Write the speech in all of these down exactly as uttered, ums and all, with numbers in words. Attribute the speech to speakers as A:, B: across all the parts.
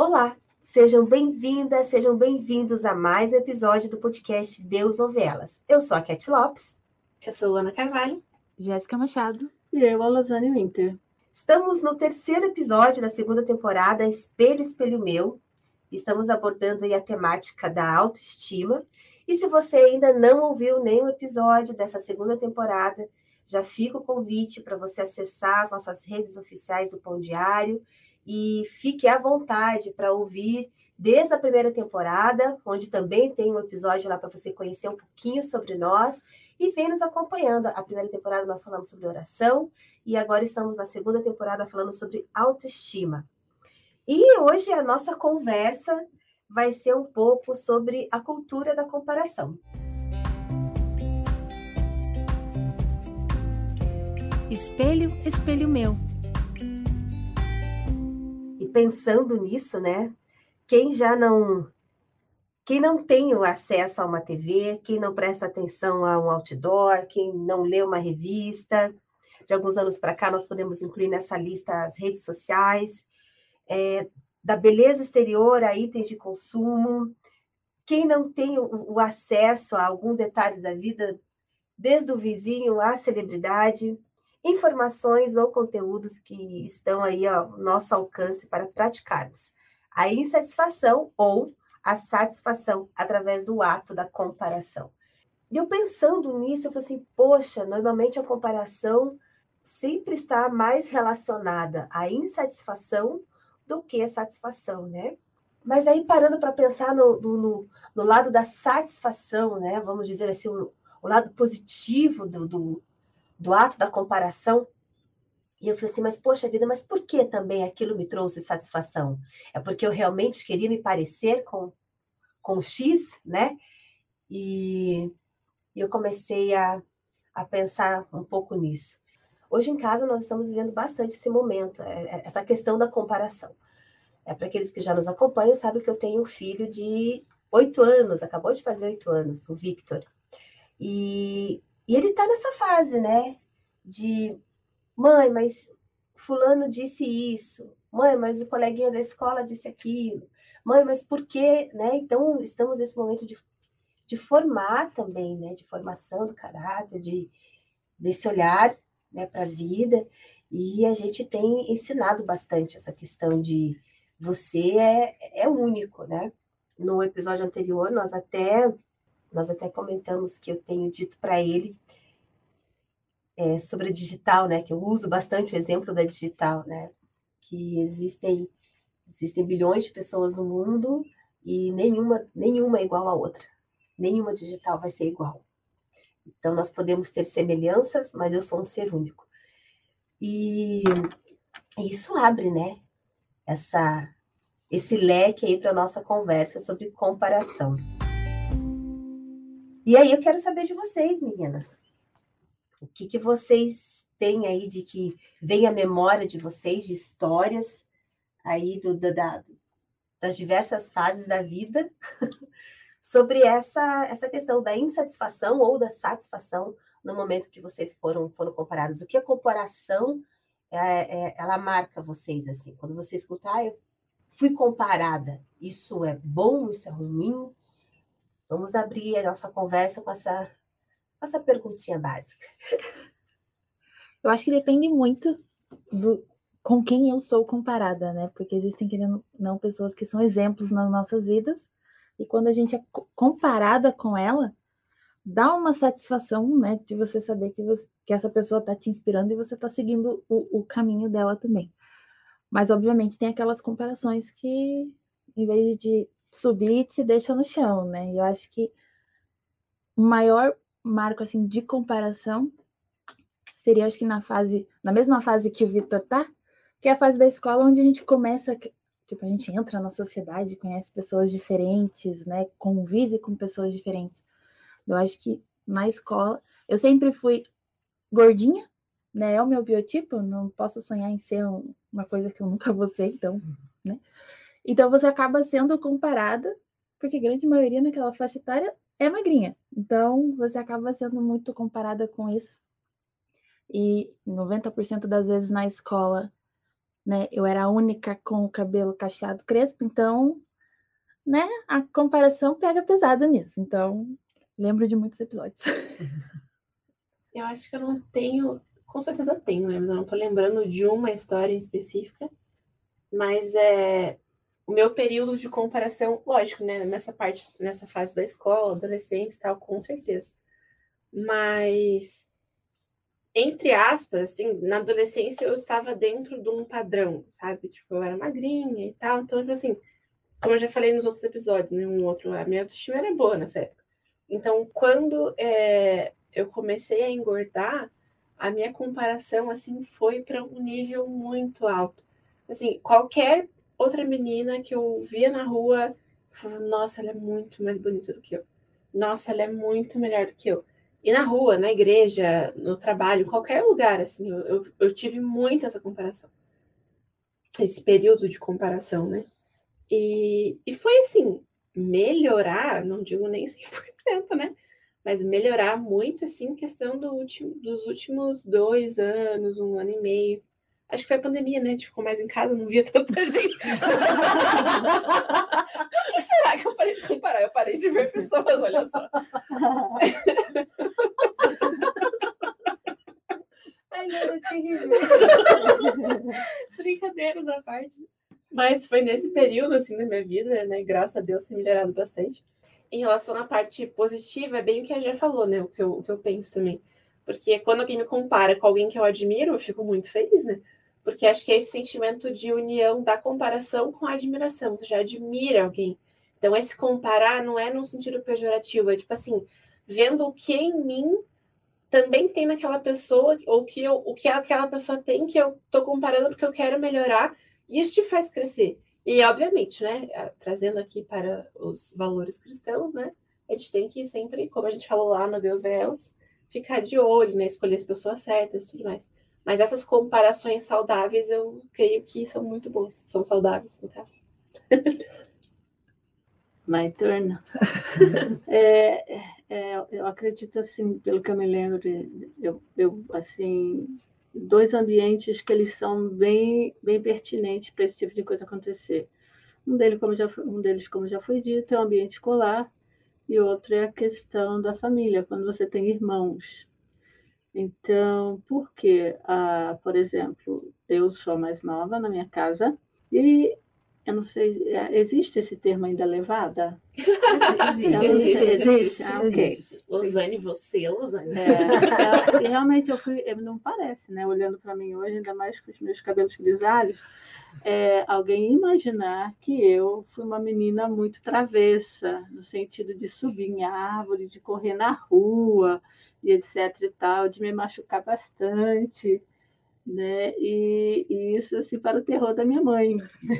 A: Olá, sejam bem-vindas, sejam bem-vindos a mais um episódio do podcast Deus Ouve Elas. Eu sou a Cat Lopes.
B: Eu sou Ana Carvalho.
C: Jéssica Machado.
D: E eu, a Lozane Winter.
A: Estamos no terceiro episódio da segunda temporada Espelho, Espelho Meu. Estamos abordando aí a temática da autoestima. E se você ainda não ouviu nenhum episódio dessa segunda temporada, já fica o convite para você acessar as nossas redes oficiais do Pão Diário e fique à vontade para ouvir desde a primeira temporada, onde também tem um episódio lá para você conhecer um pouquinho sobre nós e vem nos acompanhando. A primeira temporada nós falamos sobre oração e agora estamos na segunda temporada falando sobre autoestima. E hoje a nossa conversa vai ser um pouco sobre a cultura da comparação.
C: Espelho, espelho meu.
A: E pensando nisso, né? Quem já não... Quem não tem o acesso a uma T V, quem não presta atenção a um outdoor, quem não lê uma revista, de alguns anos para cá nós podemos incluir nessa lista as redes sociais, é, da beleza exterior a itens de consumo. Quem não tem o, o acesso a algum detalhe da vida, desde o vizinho à celebridade, informações ou conteúdos que estão aí ao nosso alcance para praticarmos a insatisfação ou a satisfação através do ato da comparação. E eu pensando nisso, eu falei assim, poxa, normalmente a comparação sempre está mais relacionada à insatisfação do que à satisfação, né? Mas aí parando para pensar no, no, no lado da satisfação, né? Vamos dizer assim, o, o lado positivo do, do, do ato da comparação. E eu falei assim, mas poxa vida, mas por que também aquilo me trouxe satisfação? É porque eu realmente queria me parecer com, com X, né? E, e eu comecei a, a pensar um pouco nisso. Hoje em casa nós estamos vivendo bastante esse momento, essa questão da comparação. É, para aqueles que já nos acompanham, sabem que eu tenho um filho de oito anos, acabou de fazer oito anos, o Victor. E, e ele está nessa fase, né? De... Mãe, mas fulano disse isso. Mãe, mas o coleguinha da escola disse aquilo. Mãe, mas por quê? Né? Então, estamos nesse momento de, de formar também, né? De formação do caráter, de, desse olhar, né, para a vida. E a gente tem ensinado bastante essa questão de você é, é único, né? No episódio anterior, nós até, nós até comentamos que eu tenho dito para ele É, sobre a digital, né, que eu uso bastante o exemplo da digital, né, que existem, existem bilhões de pessoas no mundo e nenhuma, nenhuma é igual à outra, nenhuma digital vai ser igual. Então, nós podemos ter semelhanças, mas eu sou um ser único. E, e isso abre, né, essa, esse leque aí para a nossa conversa sobre comparação. E aí eu quero saber de vocês, meninas. O que, que vocês têm aí de que vem à memória de vocês, de histórias aí do, da, das diversas fases da vida, sobre essa, essa questão da insatisfação ou da satisfação no momento que vocês foram, foram comparados. O que a comparação, é, é, ela marca vocês, assim, quando você escutar, ah, eu fui comparada, isso é bom, isso é ruim? Vamos abrir a nossa conversa com essa... essa perguntinha básica.
C: Eu acho que depende muito do com quem eu sou comparada, né? Porque existem, querendo não, pessoas que são exemplos nas nossas vidas, e quando a gente é comparada com ela, dá uma satisfação, né? De você saber que, você, que essa pessoa está te inspirando e você está seguindo o, o caminho dela também. Mas, obviamente, tem aquelas comparações que, em vez de subir, te deixa no chão, né? E eu acho que o maior marco, assim, de comparação seria, acho que na fase, na mesma fase que o Victor tá, que é a fase da escola, onde a gente começa, tipo, a gente entra na sociedade, conhece pessoas diferentes, né, convive com pessoas diferentes. Eu acho que na escola, eu sempre fui gordinha, né, é o meu biotipo, não posso sonhar em ser um, uma coisa que eu nunca vou ser, então, né. Então você acaba sendo comparada, porque a grande maioria naquela faixa etária é magrinha, então você acaba sendo muito comparada com isso. E noventa por cento das vezes na escola né? Eu era a única com o cabelo cacheado crespo, então, né? A comparação pega pesado nisso. Então, lembro de muitos episódios.
B: Eu acho que eu não tenho, com certeza tenho, né? Mas eu não tô lembrando de uma história em específica. Mas é o meu período de comparação, lógico, né? Nessa parte, nessa fase da escola, adolescência e tal, com certeza. Mas, entre aspas, assim, na adolescência eu estava dentro de um padrão, sabe? Tipo, eu era magrinha e tal. Então, tipo assim, como eu já falei nos outros episódios, nenhum outro, a minha autoestima era boa nessa época. Então, quando é, eu comecei a engordar, a minha comparação, assim, foi para um nível muito alto. Assim, qualquer outra menina que eu via na rua, eu falava, nossa, ela é muito mais bonita do que eu. Nossa, ela é muito melhor do que eu. E na rua, na igreja, no trabalho, em qualquer lugar, assim, eu, eu, eu tive muito essa comparação. Esse período de comparação, né? E, e foi assim, melhorar, não digo nem cem por cento, né? Mas melhorar muito, assim, questão do último, dos últimos dois anos, um ano e meio. Acho que foi a pandemia, né? A gente ficou mais em casa, não via tanta gente. Será que eu parei de comparar? Eu parei de ver pessoas, olha só.
A: Ai, não, é terrível.
B: Brincadeiras à parte. Mas foi nesse período, assim, da minha vida, né? Graças a Deus tem melhorado bastante. Em relação à parte positiva, é bem o que a Jé falou, né? O que, eu, o que eu penso também. Porque quando alguém me compara com alguém que eu admiro, eu fico muito feliz, né? Porque acho que é esse sentimento de união da comparação com a admiração. Você já admira alguém. Então, esse comparar não é num sentido pejorativo. É tipo assim, vendo o que em mim também tem naquela pessoa, ou que eu, o que aquela pessoa tem que eu tô comparando porque eu quero melhorar. E isso te faz crescer. E, obviamente, né, trazendo aqui para os valores cristãos, né, a gente tem que sempre, como a gente falou lá no Deus Vê Elas, ficar de olho, né, escolher as pessoas certas e tudo mais. Mas essas comparações saudáveis, eu creio que são muito boas. São saudáveis, no caso.
D: My turn. é, é, eu acredito, assim, pelo que eu me lembro, eu, eu assim, dois ambientes que eles são bem, bem pertinentes para esse tipo de coisa acontecer. Um deles, como já, um deles, como já foi dito, é o ambiente escolar, e outro é a questão da família, quando você tem irmãos. Então, porque, ah, por exemplo, eu sou a mais nova na minha casa, e eu não sei, existe esse termo ainda, levada?
A: Existe.
D: Existe. Existe. Ah, ok.
B: Existe. Losane, você é Losane.
D: É, e realmente eu fui, não parece, né? Olhando para mim hoje, ainda mais com os meus cabelos grisalhos, é, alguém imaginar que eu fui uma menina muito travessa, no sentido de subir em árvore, de correr na rua, e etc e tal, de me machucar bastante, né? E, e isso assim para o terror da minha mãe,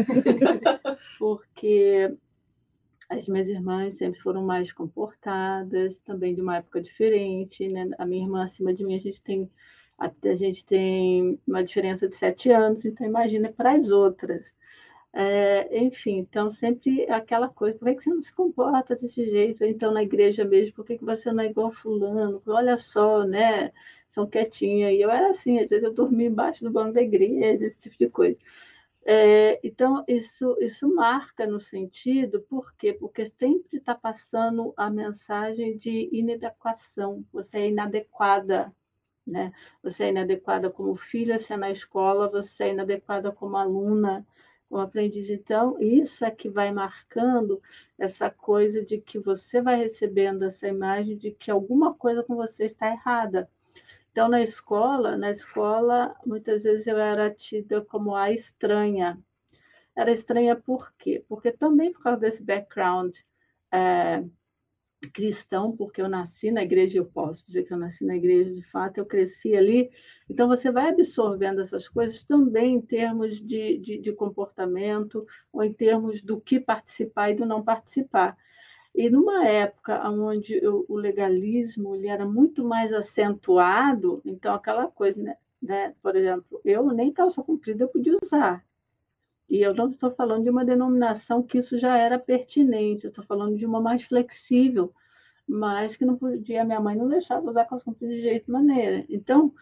D: porque as minhas irmãs sempre foram mais comportadas, também de uma época diferente, né? A minha irmã acima de mim, a gente tem a gente tem uma diferença de sete anos, então imagina para as outras. É, enfim, então sempre aquela coisa, por que você não se comporta desse jeito? Então na igreja mesmo, por que você não é igual fulano? Olha só, né? São quietinha. E eu era assim, às vezes eu dormia embaixo do banco da igreja, esse tipo de coisa. É, então, isso, isso marca no sentido, por quê? Porque sempre está passando a mensagem de inadequação, você é inadequada, né? Você é inadequada como filha, se é na escola, você é inadequada como aluna, como aprendiz. Então, isso é que vai marcando essa coisa de que você vai recebendo essa imagem de que alguma coisa com você está errada. Então, na escola, na escola, muitas vezes eu era tida como a estranha. Era estranha por quê? Porque também por causa desse background é, cristão, porque eu nasci na igreja, eu posso dizer que eu nasci na igreja, de fato, eu cresci ali. Então, você vai absorvendo essas coisas também em termos de, de, de comportamento, ou em termos do que participar e do não participar. E numa época onde o legalismo ele era muito mais acentuado, então aquela coisa, né? né? Por exemplo, eu nem calça comprida eu podia usar. E eu não estou falando de uma denominação que isso já era pertinente, eu estou falando de uma mais flexível, mas que não podia, minha mãe não deixava usar calça comprida de jeito maneira. Então,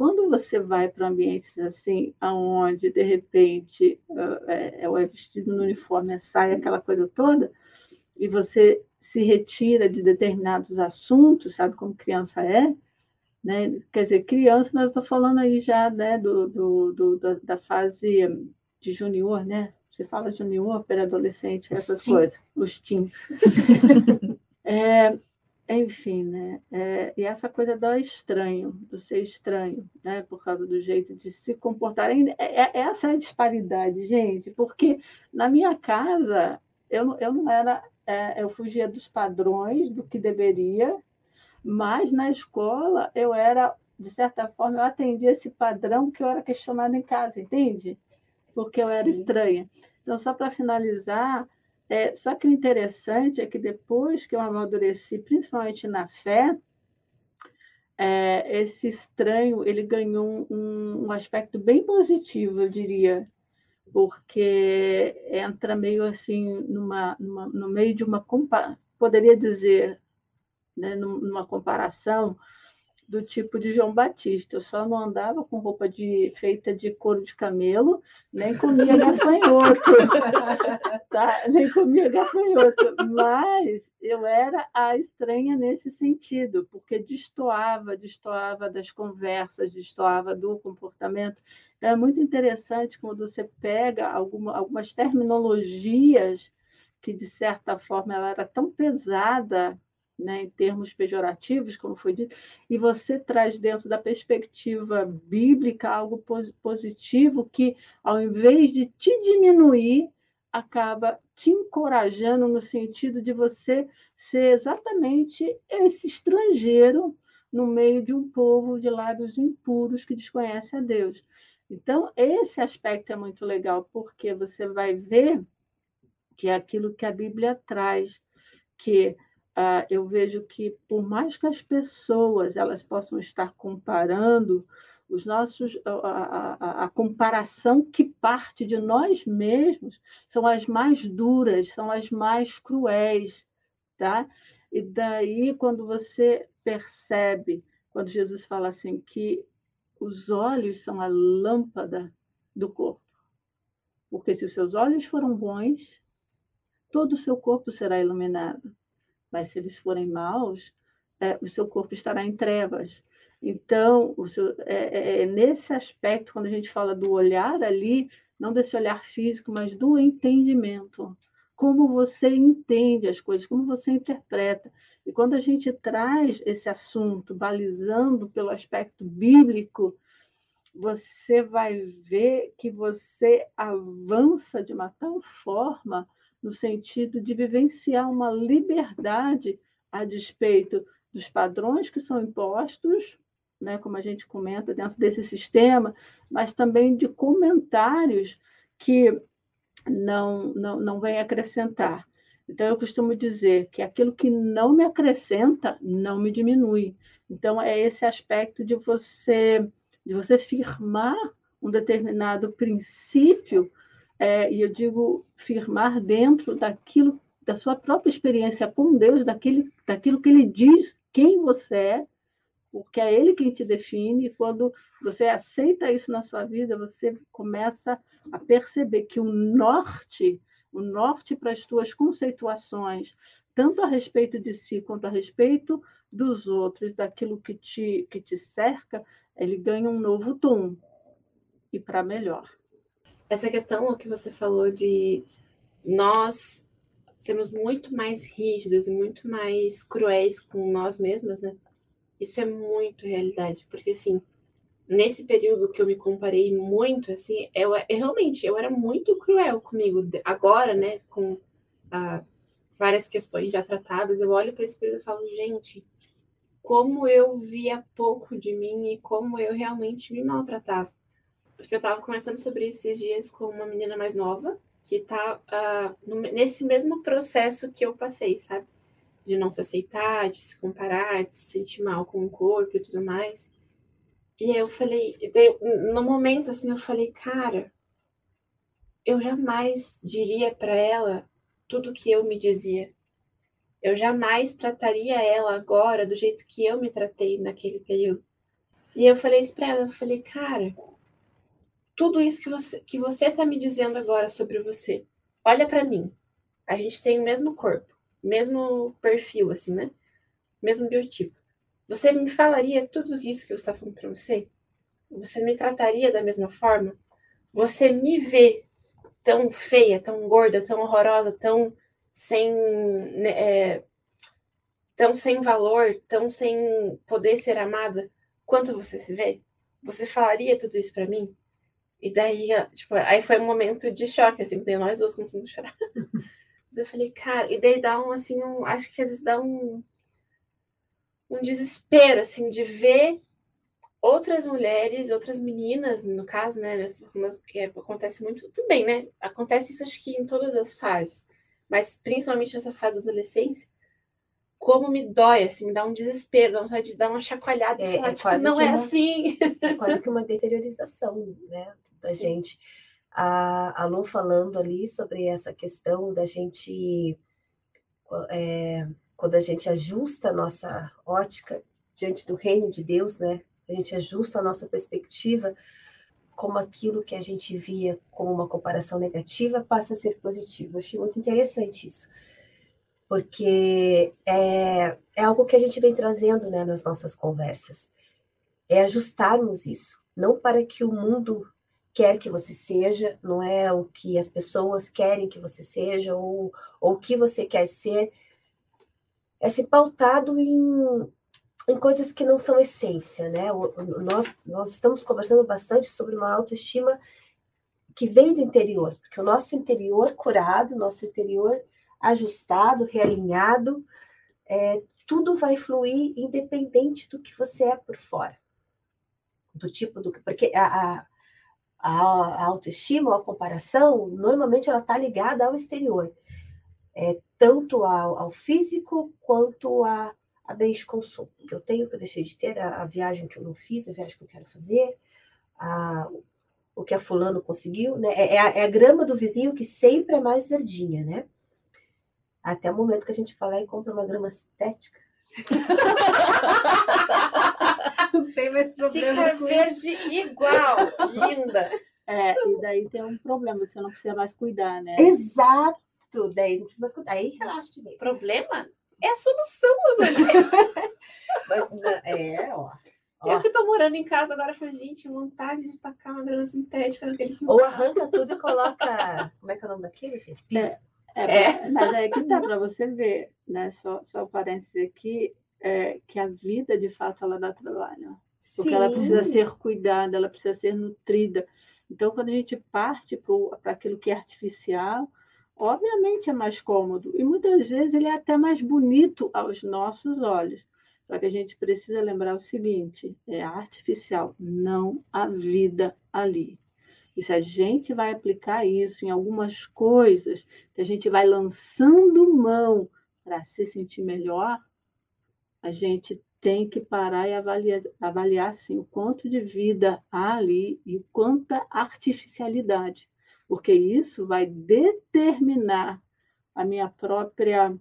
D: Quando você vai para ambientes assim, aonde de repente é, é vestido no uniforme, a saia, aquela coisa toda, e você se retira de determinados assuntos, sabe como criança é, né? Quer dizer, criança, mas eu estou falando aí já, né, do, do, do, da, da fase de junior, né? Você fala junior, pré-adolescente, essas
A: teen.
D: coisas, os teens. é, enfim, né? É, e essa coisa do estranho, do ser estranho, né? Por causa do jeito de se comportar. É, é, essa é a disparidade, gente, porque na minha casa eu, eu não era, é, eu fugia dos padrões do que deveria, mas na escola eu era, de certa forma, eu atendia esse padrão que eu era questionada em casa, entende? Porque eu era
A: Sim.
D: estranha. Então, só para finalizar, é, só que o interessante é que depois que eu amadureci, principalmente na fé, é, esse estranho ele ganhou um, um aspecto bem positivo, eu diria, porque entra meio assim numa, numa, no meio de uma poderia dizer, né, numa comparação do tipo de João Batista. Eu só não andava com roupa de, feita de couro de camelo, nem comia gafanhoto. Tá? Nem comia gafanhoto. Mas eu era a estranha nesse sentido, porque destoava, destoava das conversas, destoava do comportamento. Então, é muito interessante quando você pega alguma, algumas terminologias que, de certa forma, ela era tão pesada, né, em termos pejorativos, como foi dito, e você traz dentro da perspectiva bíblica algo positivo que, ao invés de te diminuir, acaba te encorajando no sentido de você ser exatamente esse estrangeiro no meio de um povo de lábios impuros que desconhece a Deus. Então, esse aspecto é muito legal, porque você vai ver que é aquilo que a Bíblia traz, que Uh, eu vejo que, por mais que as pessoas elas possam estar comparando, os nossos, a, a, a comparação que parte de nós mesmos são as mais duras, são as mais cruéis. Tá? E daí, quando você percebe, quando Jesus fala assim, que os olhos são a lâmpada do corpo, porque se os seus olhos foram bons, todo o seu corpo será iluminado. Mas se eles forem maus, é, o seu corpo estará em trevas. Então, o seu, é, é, nesse aspecto, quando a gente fala do olhar ali, não desse olhar físico, mas do entendimento. Como você entende as coisas, como você interpreta. E quando a gente traz esse assunto, balizando pelo aspecto bíblico, você vai ver que você avança de uma tal forma no sentido de vivenciar uma liberdade a despeito dos padrões que são impostos, né, como a gente comenta dentro desse sistema, mas também de comentários que não, não, não vêm acrescentar. Então, eu costumo dizer que aquilo que não me acrescenta, não me diminui. Então, é esse aspecto de você, de você firmar um determinado princípio, é, e eu digo firmar dentro daquilo, da sua própria experiência com Deus, daquilo, daquilo que Ele diz quem você é, porque é Ele quem te define, e quando você aceita isso na sua vida, você começa a perceber que o norte, o norte para as tuas conceituações, tanto a respeito de si quanto a respeito dos outros, daquilo que te, que te cerca, ele ganha um novo tom, e para melhor.
B: Essa questão que você falou de nós sermos muito mais rígidos e muito mais cruéis com nós mesmos, né? Isso é muito realidade, porque assim, nesse período que eu me comparei muito, assim, eu, eu realmente, eu era muito cruel comigo. Agora, né, com ah, várias questões já tratadas, eu olho para esse período e falo, gente, como eu via pouco de mim e como eu realmente me maltratava. Porque eu estava conversando sobre isso esses dias com uma menina mais nova, que está uh, nesse mesmo processo que eu passei, sabe? De não se aceitar, de se comparar, de se sentir mal com o corpo e tudo mais. E aí eu falei, no momento assim, eu falei, cara, eu jamais diria para ela tudo que eu me dizia. Eu jamais trataria ela agora do jeito que eu me tratei naquele período. E eu falei isso pra ela, eu falei, cara, tudo isso que você, que você tá me dizendo agora sobre você, olha pra mim, a gente tem o mesmo corpo, mesmo perfil, assim, né? Mesmo biotipo. Você me falaria tudo isso que eu estava falando pra você? Você me trataria da mesma forma? Você me vê tão feia, tão gorda, tão horrorosa, tão sem, né, é, tão sem valor, tão sem poder ser amada, quanto você se vê? Você falaria tudo isso pra mim? E daí, tipo, aí foi um momento de choque, assim, daí nós duas começamos a chorar. Mas eu falei, cara, e daí dá um, assim, um, acho que às vezes dá um, um desespero, assim, de ver outras mulheres, outras meninas, no caso, né? É, acontece muito, tudo bem, né? Acontece isso acho que em todas as fases, mas principalmente nessa fase da adolescência, como me dói, assim, me dá um desespero, dá vontade de dar uma chacoalhada
A: É,
B: e falar,
A: é
B: tipo,
A: quase
B: não
A: que
B: é
A: uma,
B: assim.
A: é quase que uma deteriorização, né, da
B: Sim.
A: gente. A, a Lu falando ali sobre essa questão da gente, é, quando a gente ajusta a nossa ótica diante do reino de Deus, né, a gente ajusta a nossa perspectiva, como aquilo que a gente via como uma comparação negativa passa a ser positivo. Eu achei muito interessante isso, porque é, é algo que a gente vem trazendo, né, nas nossas conversas. É ajustarmos isso, não para que o mundo quer que você seja, não é o que as pessoas querem que você seja, ou, ou o que você quer ser, é se pautado em, em coisas que não são essência, né? O, o, nós, nós estamos conversando bastante sobre uma autoestima que vem do interior, porque o nosso interior curado, nosso interior ajustado, realinhado, é, tudo vai fluir independente do que você é por fora, do tipo do porque a, a, a autoestima, a comparação, normalmente ela está ligada ao exterior, é, tanto ao, ao físico quanto a, a bens de consumo, que eu tenho, que eu deixei de ter, a, a viagem que eu não fiz, a viagem que eu quero fazer, a, o que a fulano conseguiu, né? É, é, a, é a grama do vizinho que sempre é mais verdinha, né? Até o momento que a gente fala e compra uma grama sintética.
C: Não tem mais problema.
B: Fica verde igual, linda.
D: É, e daí tem um problema, você não precisa mais cuidar, né?
A: Exato! Daí não precisa mais cuidar. Aí relaxa de vez.
B: Problema é a solução, Rosane.
A: Mas, é, ó.
B: Eu que tô morando em casa agora, falei, gente, vontade de tacar uma grama sintética naquele quintal.
A: Ou arranca tudo e coloca. Como é que é o nome daquilo, gente? Piso.
D: É, é, mas é que dá para você ver, né? Só, só parênteses aqui, é, que a vida, de fato, ela dá trabalho. Porque
A: Sim.
D: ela precisa ser cuidada, ela precisa ser nutrida. Então, quando a gente parte para aquilo que é artificial, obviamente é mais cômodo. E muitas vezes ele é até mais bonito aos nossos olhos. Só que a gente precisa lembrar o seguinte: é artificial, não há vida ali. E se a gente vai aplicar isso em algumas coisas, que a gente vai lançando mão para se sentir melhor, a gente tem que parar e avaliar, avaliar assim, o quanto de vida há ali e quanta artificialidade, porque isso vai determinar a minha própria,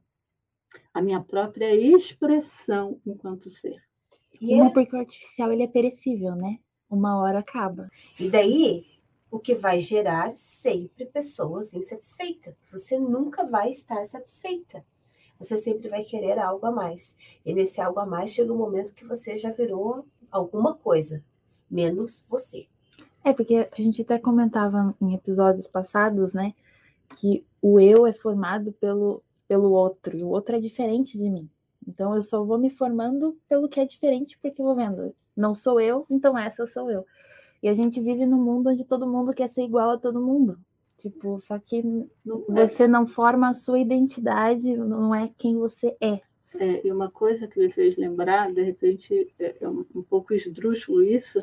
D: a minha própria expressão enquanto ser.
C: E Uma, é... porque o artificial ele é perecível, né? Uma hora acaba.
A: E daí, o que vai gerar sempre pessoas insatisfeitas. Você nunca vai estar satisfeita. Você sempre vai querer algo a mais. E nesse algo a mais chega um momento que você já virou alguma coisa, menos você.
C: É, porque a gente até comentava em episódios passados, né, que o eu é formado pelo, pelo outro, e o outro é diferente de mim. Então eu só vou me formando pelo que é diferente, porque eu vou vendo, não sou eu, então essa sou eu. E a gente vive num mundo onde todo mundo quer ser igual a todo mundo. Tipo, só que não você é. não forma a sua identidade, não é quem você é.
D: É, e uma coisa que me fez lembrar, de repente, é um, um pouco esdrúxulo isso,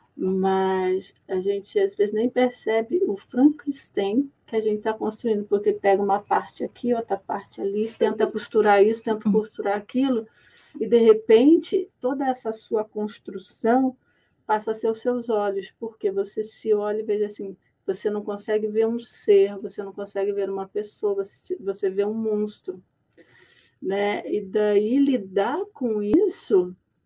D: mas a gente às vezes nem percebe o Frankenstein que a gente está construindo, porque pega uma parte aqui, outra parte ali, tenta costurar isso, tenta costurar aquilo, e de repente toda essa sua construção passa a ser os seus olhos, porque você se olha e veja assim, você não consegue ver um ser, você não consegue ver uma pessoa, você, você vê um monstro, né? E daí lidar com isso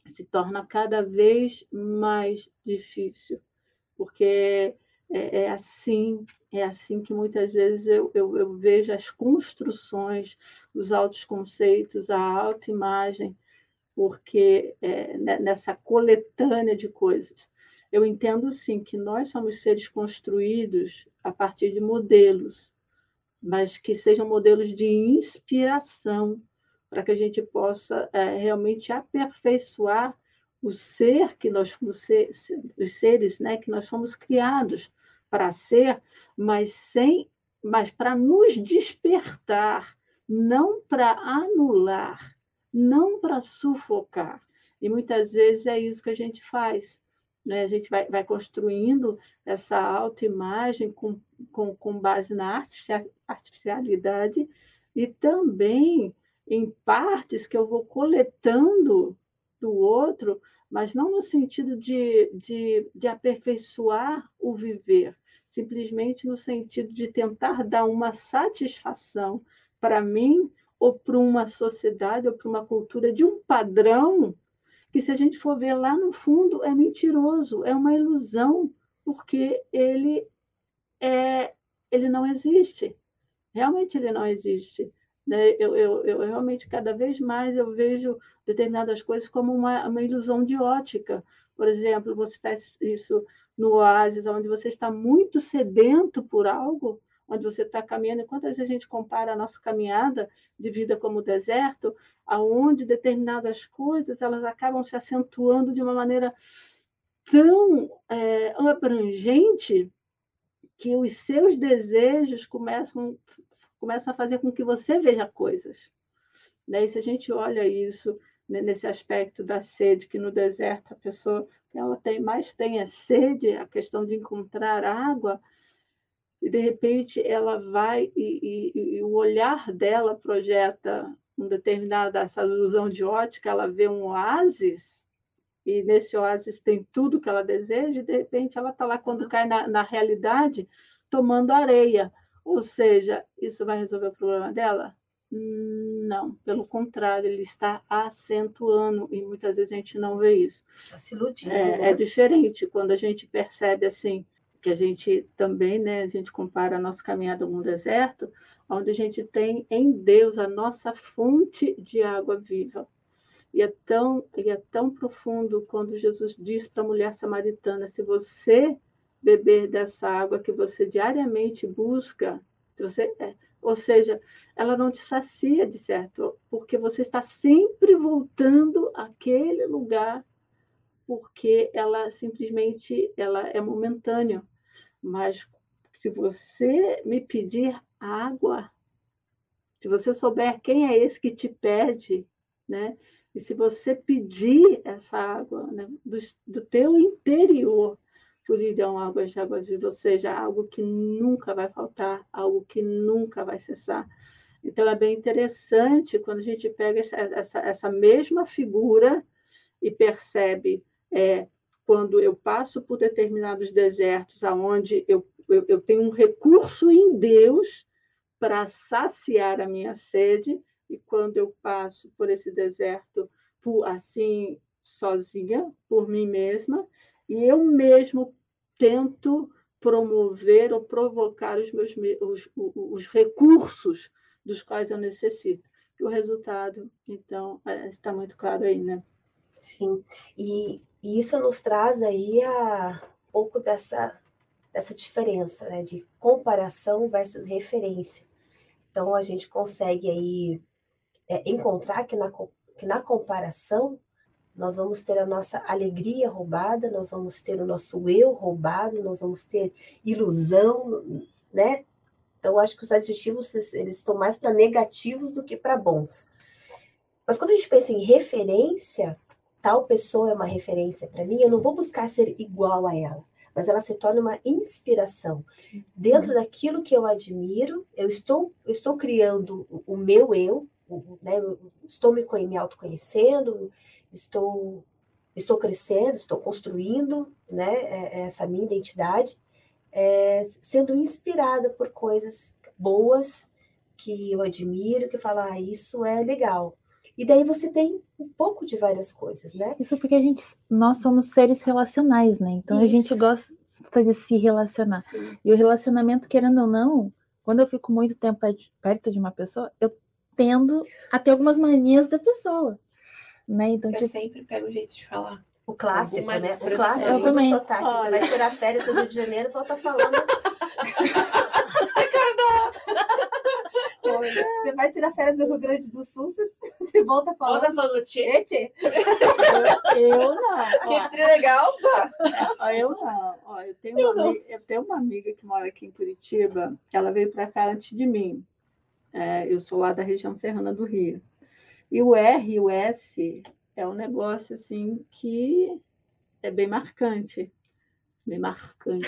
D: se torna cada vez mais difícil, porque é, é assim, é assim que muitas vezes eu, eu, eu vejo as construções, os altos conceitos, a autoimagem, porque é, nessa coletânea de coisas. Eu entendo, sim, que nós somos seres construídos a partir de modelos, mas que sejam modelos de inspiração, para que a gente possa é, realmente aperfeiçoar o ser que nós fomos, ser, os seres, né, que nós fomos criados para ser, mas sem, mas para nos despertar, não para anular, não para sufocar. E muitas vezes é isso que a gente faz. Né? A gente vai, vai construindo essa autoimagem com, com, com base na artificialidade e também em partes que eu vou coletando do outro, mas não no sentido de, de, de aperfeiçoar o viver, simplesmente no sentido de tentar dar uma satisfação para mim ou para uma sociedade ou para uma cultura de um padrão que, se a gente for ver lá no fundo, é mentiroso, é uma ilusão, porque ele, é, ele não existe. Realmente ele não existe. Né? Eu, eu, eu realmente, cada vez mais, eu vejo determinadas coisas como uma, uma ilusão de ótica. Por exemplo, você está isso no oásis, onde você está muito sedento por algo, onde você está caminhando, e quantas vezes a gente compara a nossa caminhada de vida como deserto, aonde determinadas coisas elas acabam se acentuando de uma maneira tão é, abrangente que os seus desejos começam, começam a fazer com que você veja coisas. Daí, se a gente olha isso né, nesse aspecto da sede, que no deserto a pessoa que ela tem, mais tem é sede, a questão de encontrar água, e de repente ela vai e, e, e o olhar dela projeta um determinado, essa ilusão de ótica, ela vê um oásis, e nesse oásis tem tudo que ela deseja, e de repente ela está lá, quando cai na, na realidade, tomando areia. Ou seja, isso vai resolver o problema dela? Não, pelo contrário, ele está acentuando, e muitas vezes a gente não vê isso.
A: Está se iludindo,
D: é,
A: né?
D: É diferente quando a gente percebe assim, que a gente também, né, a gente compara a nossa caminhada no deserto, onde a gente tem em Deus a nossa fonte de água viva. E é tão, e é tão profundo quando Jesus diz para a mulher samaritana, se você beber dessa água que você diariamente busca, se você, é, ou seja, ela não te sacia, de certo, porque você está sempre voltando àquele lugar, porque ela simplesmente ela é momentânea. Mas se você me pedir água, se você souber quem é esse que te pede, né? E se você pedir essa água, né, do, do teu interior, fluirão águas de água viva, ou seja, algo que nunca vai faltar, algo que nunca vai cessar. Então, é bem interessante quando a gente pega essa, essa, essa mesma figura e percebe, é, quando eu passo por determinados desertos, onde eu, eu, eu tenho um recurso em Deus para saciar a minha sede, e quando eu passo por esse deserto por, assim, sozinha, por mim mesma, e eu mesmo tento promover ou provocar os meus os, os recursos dos quais eu necessito. E o resultado, então, está muito claro aí, né?
A: Sim, e, e isso nos traz aí a um pouco dessa, dessa diferença, né, de comparação versus referência. Então, a gente consegue aí é, encontrar que na, que na comparação nós vamos ter a nossa alegria roubada, nós vamos ter o nosso eu roubado, nós vamos ter ilusão, né? Então, acho que os adjetivos eles estão mais para negativos do que para bons. Mas quando a gente pensa em referência, tal pessoa é uma referência para mim, eu não vou buscar ser igual a ela, mas ela se torna uma inspiração. Dentro uhum. daquilo que eu admiro, eu estou, eu estou criando o meu eu, né? Eu estou me, me autoconhecendo, estou, estou crescendo, estou construindo, né, essa minha identidade, é, sendo inspirada por coisas boas que eu admiro, que falam, ah, isso é legal. E daí você tem um pouco de várias coisas, né?
C: Isso porque a gente, nós somos seres relacionais, né? Então Isso. a gente gosta de se relacionar. Sim. E o relacionamento, querendo ou não, quando eu fico muito tempo perto de uma pessoa, eu tendo a ter algumas manias da pessoa, né? Então,
B: eu
C: tipo...
B: sempre pego o jeito de falar.
A: O clássico, né? O
B: expressões.
A: clássico
C: Eu
A: do
C: também.
A: sotaque. Olha. Você vai tirar férias do Rio de Janeiro e volta falando... Você vai tirar férias do Rio Grande do Sul, você, você volta falando...
B: Volta falando tchê.
A: Tchê.
D: Eu, eu não.
B: Que legal, pá.
D: Ó, eu não. Ó, eu, tenho eu, uma não. Amiga, eu tenho uma amiga que mora aqui em Curitiba, ela veio para cá antes de mim. É, eu sou lá da região serrana do Rio. E o R e o S é um negócio assim que é bem marcante. Bem marcante.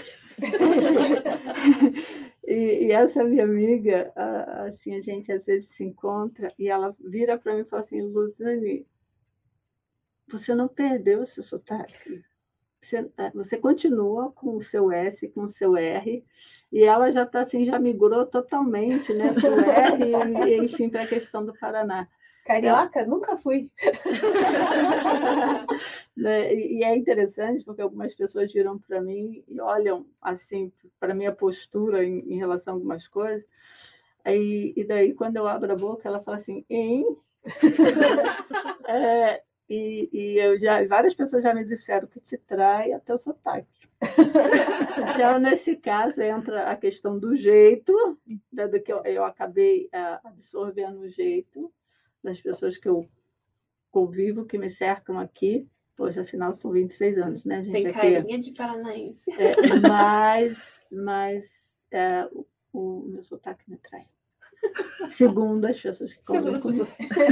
D: e, e essa minha amiga, assim, a gente às vezes se encontra e ela vira para mim e fala assim, Luzane, você não perdeu o seu sotaque. Você, você continua com o seu S, com o seu R, e ela já está assim, já migrou totalmente, né, do R, e, enfim, para a questão do Paraná.
A: Carioca? É. Nunca fui.
D: Né? E é interessante porque algumas pessoas viram para mim e olham assim para minha postura em, em relação a algumas coisas. Aí, e daí, quando eu abro a boca, ela fala assim, hein? é, e, e eu já, várias pessoas já me disseram que te trai até o sotaque. Então, nesse caso, entra a questão do jeito, né, do que eu, eu acabei uh, absorvendo o jeito das pessoas que eu convivo, que me cercam aqui. Poxa, afinal, são vinte e seis anos, né, gente?
B: Tem carinha aqui, de paranaense.
D: É, mas mas é, o, o meu sotaque me trai. Segundo as pessoas que convivem comigo.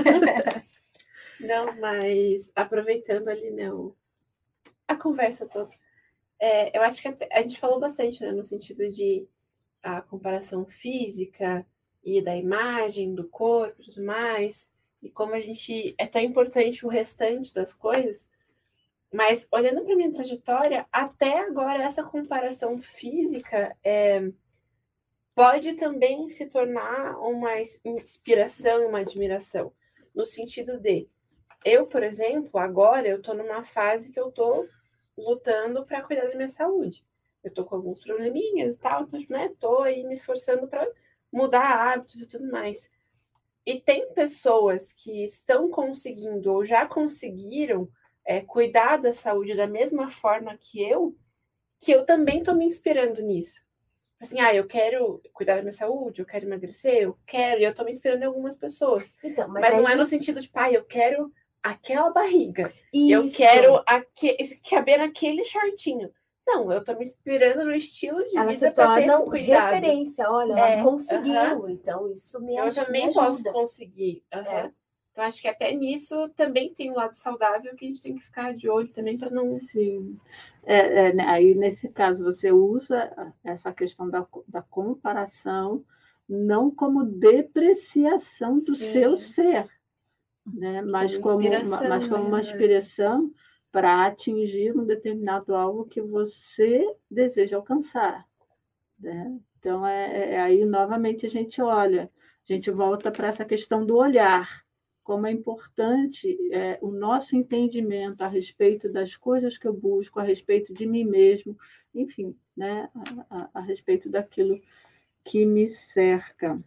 B: Não, mas aproveitando ali, né, o, a conversa toda, é, eu acho que a, a gente falou bastante, né, no sentido de a comparação física e da imagem, do corpo e tudo mais, e como a gente é tão importante o restante das coisas, mas olhando para minha trajetória, até agora essa comparação física é, pode também se tornar uma inspiração e uma admiração, no sentido de, eu, por exemplo, agora eu estou numa fase que eu estou lutando para cuidar da minha saúde. Eu estou com alguns probleminhas e tal, então, né, estou aí me esforçando para mudar hábitos e tudo mais. E tem pessoas que estão conseguindo ou já conseguiram é, cuidar da saúde da mesma forma que eu, que eu também estou me inspirando nisso. Assim, ah, eu quero cuidar da minha saúde, eu quero emagrecer, eu quero, e eu estou me inspirando em algumas pessoas.
A: Então, mas
B: mas
A: aí...
B: não é no sentido de, pai, eu quero aquela barriga,
A: Isso.
B: eu quero aque... caber naquele shortinho. Não, eu tô me inspirando no estilo de
A: ela
B: vida
A: para ter esse cuidado. Referência, olha, ela é, conseguiu, uh-huh. Então isso me
B: eu
A: ajuda.
B: Eu também
A: me ajuda.
B: posso conseguir. Uh-huh. É. Então acho que até nisso também tem um lado saudável que a gente tem que ficar de olho também para não...
D: Sim. É, é, aí, nesse caso, você usa essa questão da, da comparação não como depreciação do Sim. seu ser, né? mas como, como uma, mas como uma inspiração para atingir um determinado algo que você deseja alcançar. Né? Então, é, é, aí, novamente, a gente olha, a gente volta para essa questão do olhar, como é importante é, o nosso entendimento a respeito das coisas que eu busco, a respeito de mim mesmo, enfim, né? a, a, a respeito daquilo que me cerca.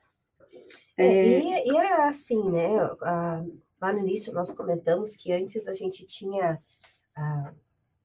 A: É, é... E, e é assim, né? A, lá no início nós comentamos que antes a gente tinha... A,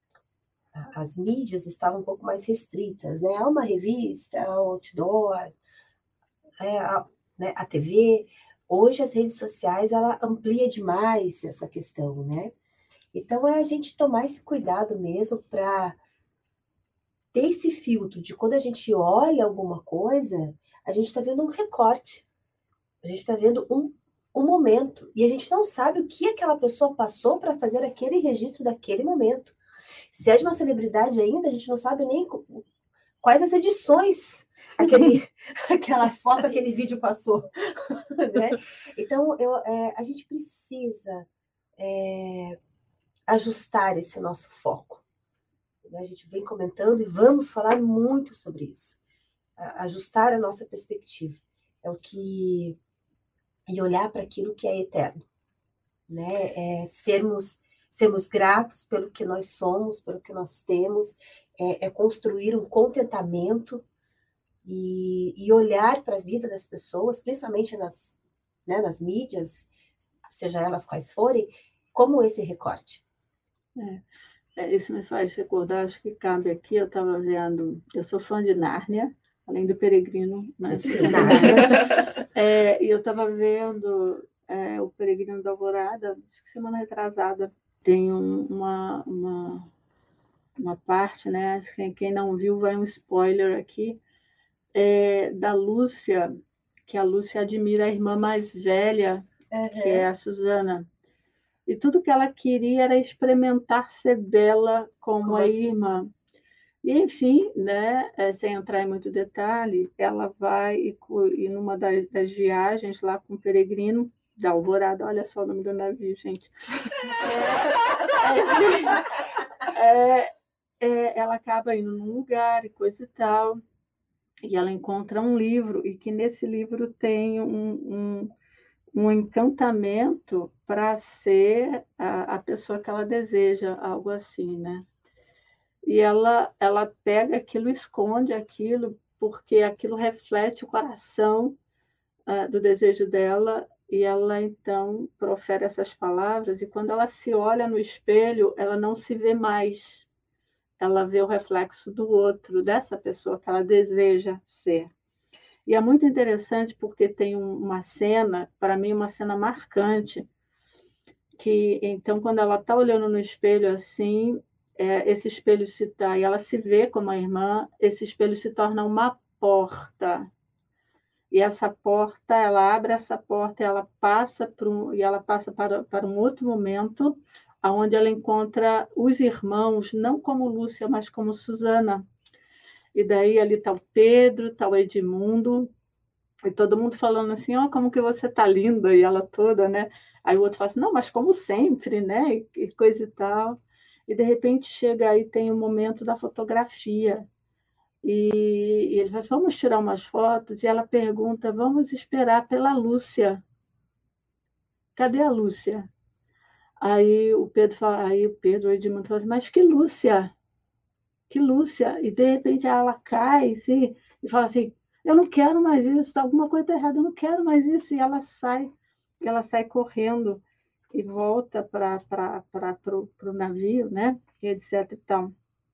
A: a, as mídias estavam um pouco mais restritas, né? Há uma revista, há um outdoor, é, a, né, a T V... Hoje as redes sociais, ela amplia demais essa questão, né? Então, é a gente tomar esse cuidado mesmo para ter esse filtro de quando a gente olha alguma coisa, a gente está vendo um recorte, a gente está vendo um, um momento, e a gente não sabe o que aquela pessoa passou para fazer aquele registro daquele momento. Se é de uma celebridade ainda, a gente não sabe nem quais as edições aquele, aquela foto, aquele vídeo passou. Né? Então, eu, é, a gente precisa é, ajustar esse nosso foco. A gente vem comentando e vamos falar muito sobre isso. Ajustar a nossa perspectiva. É o que... E olhar para aquilo que é eterno. né? É, sermos, sermos gratos pelo que nós somos, pelo que nós temos, é, é construir um contentamento e, e olhar para a vida das pessoas, principalmente nas, né, nas mídias, seja elas quais forem, como esse recorte.
D: É. É, isso me faz recordar, acho que cabe aqui, eu estava vendo, eu sou fã de Nárnia, além do Peregrino, mas
A: Sim, sim, Nárnia.
D: É, e eu estava vendo é, o Peregrino da Alvorada, acho que semana retrasada, tem um, uma, uma, uma parte, né? Quem, quem não viu, vai um spoiler aqui, é, da Lúcia, que a Lúcia admira a irmã mais velha, uhum. que é a Susana. E tudo que ela queria era experimentar ser bela como, como a assim? irmã. E, enfim, né, sem entrar em muito detalhe, ela vai e, e numa das, das viagens lá com o Peregrino da Alvorada, olha só o nome do navio, gente. É, é, é, ela acaba indo num lugar e coisa e tal, e ela encontra um livro, e que nesse livro tem um, um, um encantamento para ser a, a pessoa que ela deseja, algo assim, né? E ela, ela pega aquilo, esconde aquilo, porque aquilo reflete o coração uh, do desejo dela, e ela então profere essas palavras, e quando ela se olha no espelho, ela não se vê mais, ela vê o reflexo do outro, dessa pessoa que ela deseja ser. E é muito interessante porque tem uma cena, para mim, uma cena marcante, que então, quando ela está olhando no espelho assim, é, esse espelho se dá, e ela se vê como a irmã, esse espelho se torna uma porta. E essa porta, ela abre essa porta, e ela passa para um, e ela passa para, para um outro momento, onde ela encontra os irmãos, não como Lúcia, mas como Susana. E daí ali está o Pedro, está o Edmundo, e todo mundo falando assim, ó, oh, como que você tá linda, e ela toda, né? Aí o outro fala assim, não, mas como sempre, né? E coisa e tal. E de repente chega aí, tem o um momento da fotografia. E, e ele fala, vamos tirar umas fotos, e ela pergunta, vamos esperar pela Lúcia. Cadê a Lúcia? Aí o Pedro fala, aí o Pedro, o Edmundo fala, mas que Lúcia? Que Lúcia? E de repente ela cai assim, e fala assim, eu não quero mais isso, alguma coisa está errada, eu não quero mais isso. E ela sai, ela sai correndo e volta para o navio, né? E etc. Então,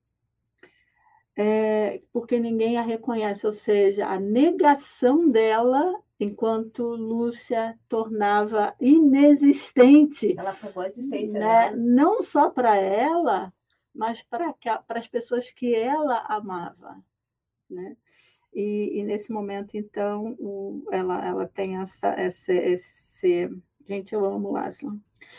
D: é, porque ninguém a reconhece, ou seja, a negação dela, enquanto Lúcia tornava inexistente.
A: Ela apagou a existência,
D: né?
A: né?
D: Não só para ela, mas para as pessoas que ela amava, né? E, e nesse momento, então, o, ela, ela tem essa, essa, esse... Gente, eu amo o Aslan.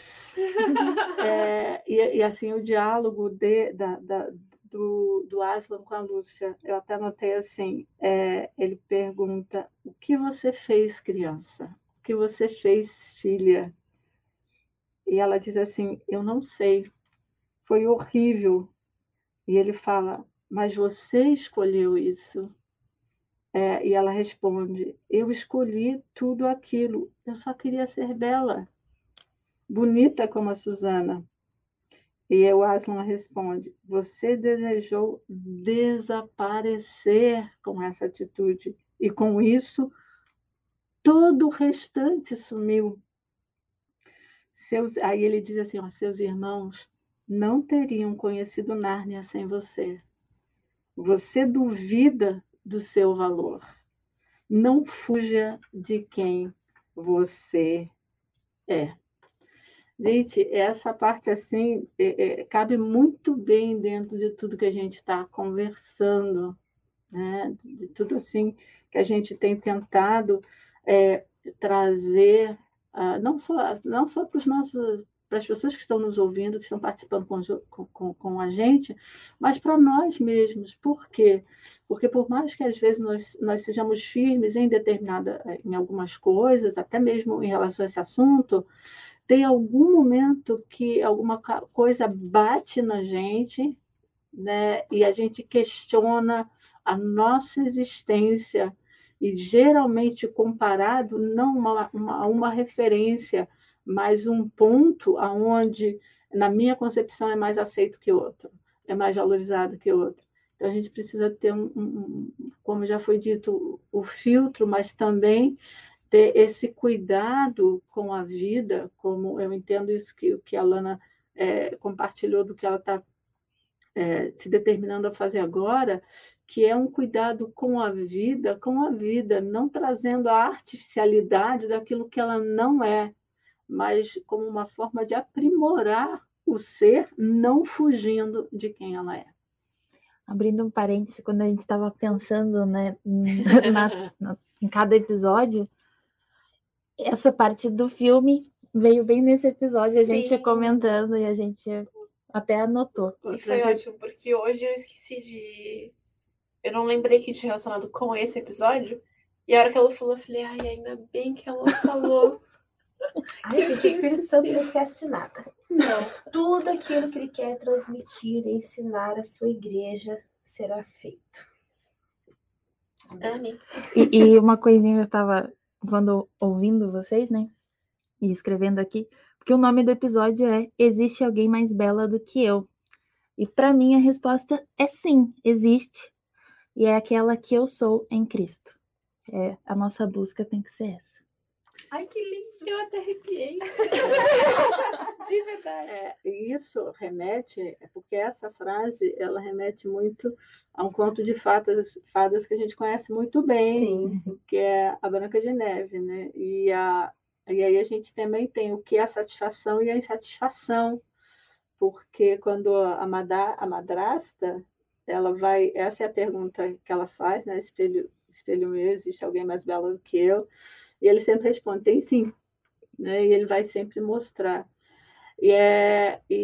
D: é, e, e, assim, o diálogo de, da, da, do, do Aslan com a Lúcia, eu até notei assim, é, ele pergunta, o que você fez, criança? O que você fez, filha? E ela diz assim, eu não sei, foi horrível. E ele fala, mas você escolheu isso. É, e ela responde, eu escolhi tudo aquilo, eu só queria ser bela, bonita como a Susana. E o Aslan responde, você desejou desaparecer com essa atitude, e com isso, todo o restante sumiu. Seus... Aí ele diz assim, ó, seus irmãos não teriam conhecido Nárnia sem você. Você duvida do seu valor. Não fuja de quem você é. Gente, essa parte assim é, é, cabe muito bem dentro de tudo que a gente está conversando, né? De tudo assim que a gente tem tentado é, trazer, uh, não só, não só para os nossos para as pessoas que estão nos ouvindo, que estão participando com, com, com a gente, mas para nós mesmos. Por quê? Porque por mais que às vezes nós, nós sejamos firmes em determinada, em algumas coisas, até mesmo em relação a esse assunto, tem algum momento que alguma coisa bate na gente, né? E a gente questiona a nossa existência, e geralmente comparado não a uma, uma, uma referência, mas um ponto aonde, na minha concepção, é mais aceito que outro, é mais valorizado que outro. Então, a gente precisa ter, um, um, como já foi dito, o filtro, mas também ter esse cuidado com a vida, como eu entendo isso que, que a Lana é, compartilhou do que ela está é, se determinando a fazer agora, que é um cuidado com a vida, com a vida, não trazendo a artificialidade daquilo que ela não é, mas como uma forma de aprimorar o ser, não fugindo de quem ela é.
C: Abrindo um parêntese, quando a gente estava pensando, né, nas, na, em cada episódio, essa parte do filme veio bem nesse episódio, a gente ia comentando e a gente até anotou.
B: E foi ótimo, porque hoje eu esqueci de... Eu não lembrei que tinha relacionado com esse episódio, e a hora que ela falou, eu falei, ai, ainda bem que ela falou.
A: Ai, gente, o Espírito Santo não esquece de nada.
B: Não.
A: Tudo aquilo que ele quer transmitir e ensinar a sua igreja será feito.
B: Amém.
C: E, e uma coisinha, eu estava, quando ouvindo vocês, né, e escrevendo aqui, porque o nome do episódio é Existe Alguém Mais Bela do que Eu? E para mim a resposta é sim, existe. E é aquela que eu sou em Cristo. É, a nossa busca tem que ser essa.
B: Ai, que lindo! Eu até arrepiei. De verdade.
D: É, isso remete, é porque essa frase, ela remete muito a um conto de fadas, fadas que a gente conhece muito bem,
A: Sim, sim.
D: que é a Branca de Neve, né? E, a, e aí a gente também tem o que é a satisfação e a insatisfação, porque quando a, madra, a madrasta, ela vai, essa é a pergunta que ela faz, né? Espelho, espelho meu, existe alguém mais belo do que eu? E ele sempre responde, tem sim, né? E ele vai sempre mostrar. E, é, e,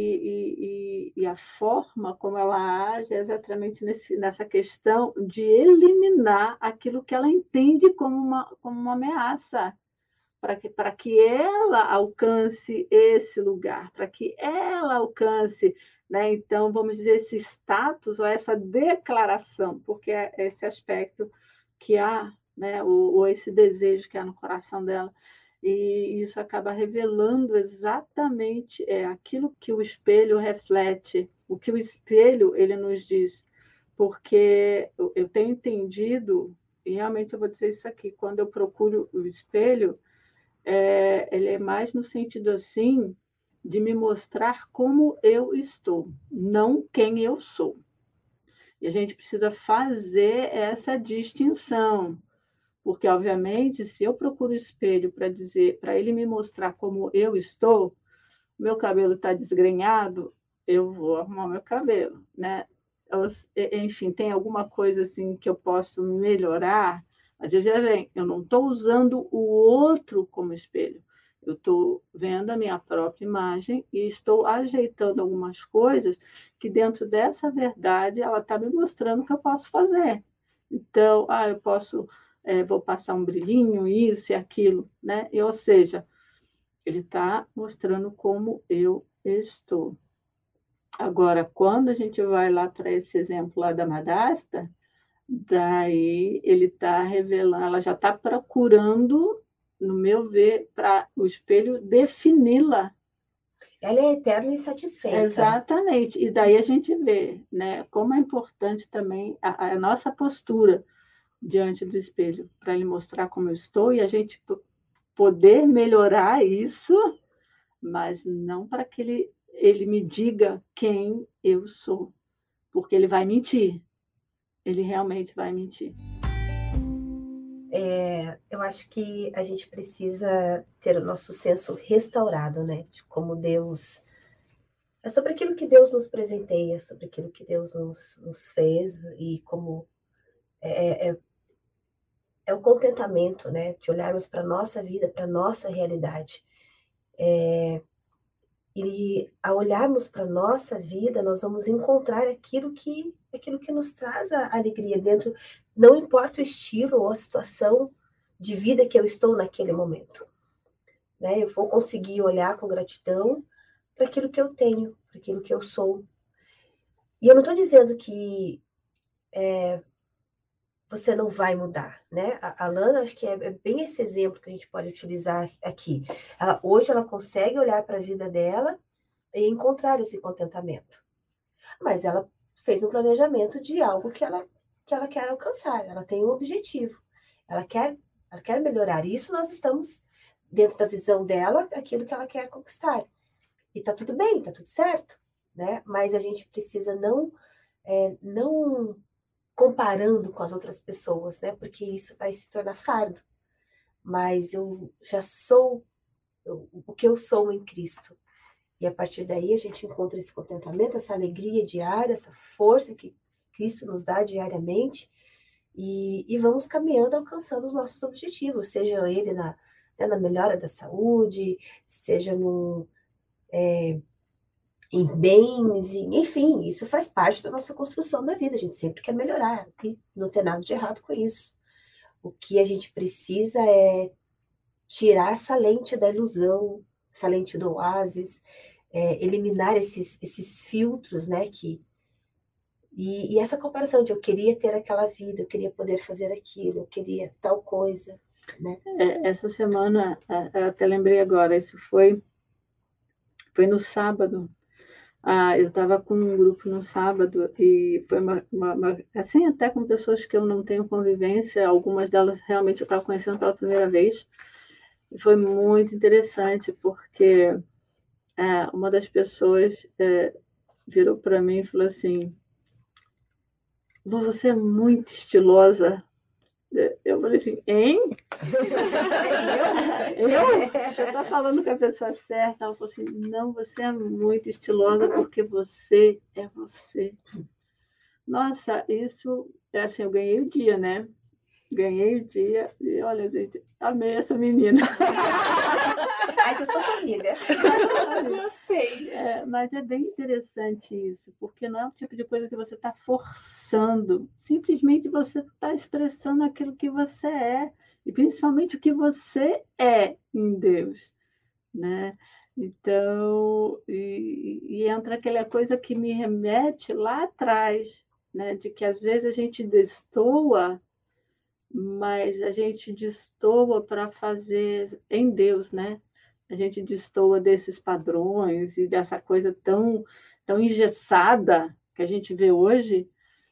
D: e, e a forma como ela age é exatamente nesse, nessa questão de eliminar aquilo que ela entende como uma, como uma ameaça, para que, para que ela alcance esse lugar, para que ela alcance, né? Então, vamos dizer, esse status ou essa declaração, porque é esse aspecto que há, né? ou, ou esse desejo que há no coração dela. E isso acaba revelando exatamente é, aquilo que o espelho reflete, o que o espelho ele nos diz. Porque eu tenho entendido, e realmente eu vou dizer isso aqui, quando eu procuro o espelho, é, ele é mais no sentido assim, de me mostrar como eu estou, não quem eu sou. E a gente precisa fazer essa distinção. Porque, obviamente, se eu procuro o espelho para dizer, para ele me mostrar como eu estou, meu cabelo está desgrenhado, eu vou arrumar meu cabelo, né? Eu, enfim, tem alguma coisa assim que eu posso melhorar? Às vezes já vem, eu não estou usando o outro como espelho, eu estou vendo a minha própria imagem e estou ajeitando algumas coisas que dentro dessa verdade ela está me mostrando o que eu posso fazer. Então, ah, eu posso... É, vou passar um brilhinho, isso e aquilo, né? E, ou seja, ele está mostrando como eu estou. Agora, quando a gente vai lá para esse exemplo lá da madrasta, daí ele está revelando, ela já está procurando, no meu ver, para o espelho defini-la.
A: Ela é eterna e satisfeita.
D: Exatamente. E daí a gente vê, né, como é importante também a, a nossa postura diante do espelho, para ele mostrar como eu estou e a gente poder melhorar isso, mas não para que ele, ele me diga quem eu sou, porque ele vai mentir, ele realmente vai mentir.
A: É, eu acho que a gente precisa ter o nosso senso restaurado, né? De como Deus... É sobre aquilo que Deus nos presenteia, sobre aquilo que Deus nos, nos fez e como... É, é, é o contentamento, né? De olharmos para a nossa vida, para a nossa realidade. É, e ao olharmos para a nossa vida, nós vamos encontrar aquilo que, aquilo que nos traz a alegria dentro, não importa o estilo ou a situação de vida que eu estou naquele momento. Né? Eu vou conseguir olhar com gratidão para aquilo que eu tenho, para aquilo que eu sou. E eu não estou dizendo que é, você não vai mudar, né? A, a Lana, acho que é, é bem esse exemplo que a gente pode utilizar aqui. Ela, hoje ela consegue olhar para a vida dela e encontrar esse contentamento. Mas ela fez um planejamento de algo que ela, que ela quer alcançar. Ela tem um objetivo. Ela quer, ela quer melhorar. Isso nós estamos, dentro da visão dela, aquilo que ela quer conquistar. E tá tudo bem, tá tudo certo, né? Mas a gente precisa não, é, não comparando com as outras pessoas, né? Porque isso vai se tornar fardo. Mas eu já sou eu, o que eu sou em Cristo. E a partir daí a gente encontra esse contentamento, essa alegria diária, essa força que Cristo nos dá diariamente. E, e vamos caminhando, alcançando os nossos objetivos, seja ele na, né, na melhora da saúde, seja no, é, em bens, enfim, isso faz parte da nossa construção da vida. A gente sempre quer melhorar, e não tem nada de errado com isso. O que a gente precisa é tirar essa lente da ilusão, essa lente do oásis, é, eliminar esses, esses filtros, né, que E, e essa comparação de eu queria ter aquela vida, eu queria poder fazer aquilo, eu queria tal coisa, né?
D: É, essa semana, até lembrei agora, isso foi, foi no sábado. Ah, eu estava com um grupo no sábado e foi uma, uma, uma, assim, até com pessoas que eu não tenho convivência, algumas delas realmente eu estava conhecendo pela primeira vez. E foi muito interessante, porque é, uma das pessoas é, virou para mim e falou assim: você é muito estilosa. Eu falei assim, hein? eu? Eu? Você está falando com a pessoa certa. Ela falou assim, não, você é muito estilosa porque você é você. Nossa, isso, é assim, eu ganhei o dia, né? Ganhei o dia e, olha, gente, amei essa menina.
A: Ai, vocês são amiga.
B: Gostei.
D: É, mas é bem interessante isso, porque não é o tipo de coisa que você está forçando. Simplesmente você está expressando aquilo que você é, e principalmente o que você é em Deus, né? Então, e, e entra aquela coisa que me remete lá atrás, né? De que às vezes a gente destoa, mas a gente destoa para fazer em Deus, né? A gente destoa desses padrões e dessa coisa tão, tão engessada que a gente vê hoje.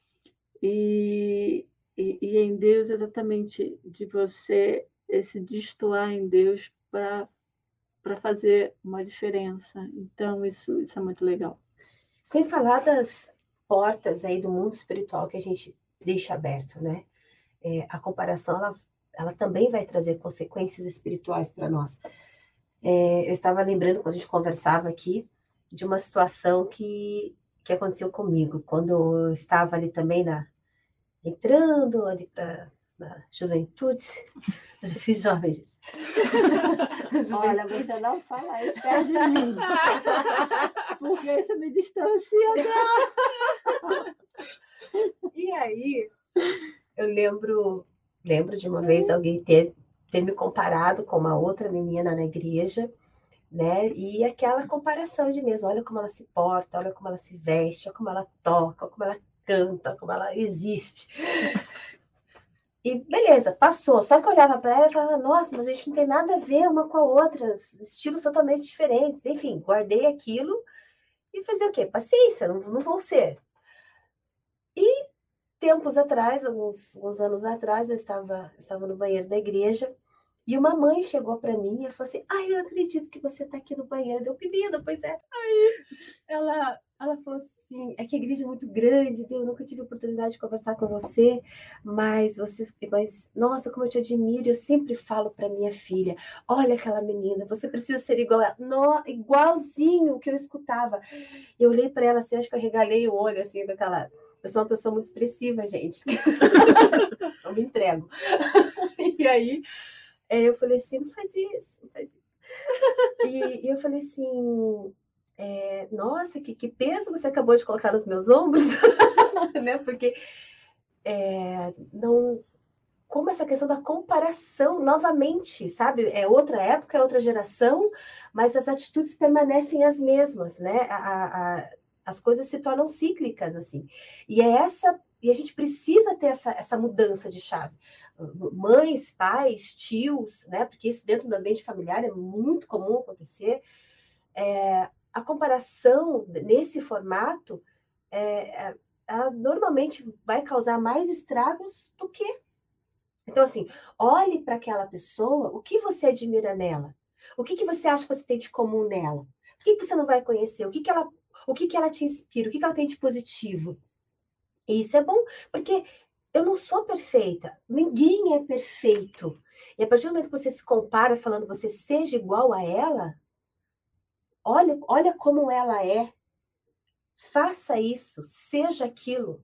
D: E, e, e em Deus, exatamente, de você se destoar em Deus para para fazer uma diferença. Então, isso, isso é muito legal.
A: Sem falar das portas aí do mundo espiritual que a gente deixa aberto, né? É, a comparação, ela, ela também vai trazer consequências espirituais para nós. É, eu estava lembrando, quando a gente conversava aqui, de uma situação que, que aconteceu comigo, quando eu estava ali também na, entrando ali para na juventude. Eu já fiz jovem, gente.
D: Olha, você não fala isso perto de mim. Porque isso me distancia dela.
A: E aí, eu lembro, lembro de uma vez alguém ter, ter me comparado com uma outra menina na igreja, né? E aquela comparação de mesmo, olha como ela se porta, olha como ela se veste, olha como ela toca, olha como ela canta, como ela existe. E beleza, passou. Só que eu olhava para ela e falava, nossa, mas a gente não tem nada a ver uma com a outra, estilos totalmente diferentes. Enfim, guardei aquilo e fazer o quê? Paciência, não, não vou ser. E tempos atrás, alguns, alguns anos atrás, eu estava, estava no banheiro da igreja e uma mãe chegou para mim e falou assim, ai, eu não acredito que você está aqui no banheiro. Eu, menina, pois é. Aí ela, ela falou assim, é que a igreja é muito grande, eu nunca tive a oportunidade de conversar com você, mas você, mas, nossa, como eu te admiro, eu sempre falo para minha filha, olha aquela menina, você precisa ser igual a ela. No, igualzinho o que eu escutava. Eu olhei para ela assim, acho que eu regalei o olho assim, daquela... Eu sou uma pessoa muito expressiva, gente. Eu me entrego. E aí, eu falei assim, não faz isso, não faz isso. E, e eu falei assim, é, nossa, que, que peso você acabou de colocar nos meus ombros, né? Porque é, não... Como essa questão da comparação, novamente, sabe? É outra época, é outra geração, mas as atitudes permanecem as mesmas, né? A, a, as coisas se tornam cíclicas, assim. E é essa e a gente precisa ter essa, essa mudança de chave. Mães, pais, tios, né? Porque isso dentro do ambiente familiar é muito comum acontecer. É, a comparação nesse formato, é, ela normalmente vai causar mais estragos do que. Então, assim, olhe para aquela pessoa, o que você admira nela? O que, que você acha que você tem de comum nela? O que, que você não vai conhecer? O que, que, ela, o que, que ela te inspira? O que, que ela tem de positivo? E isso é bom, porque eu não sou perfeita. Ninguém é perfeito. E a partir do momento que você se compara falando você seja igual a ela, olha, olha como ela é. Faça isso, seja aquilo.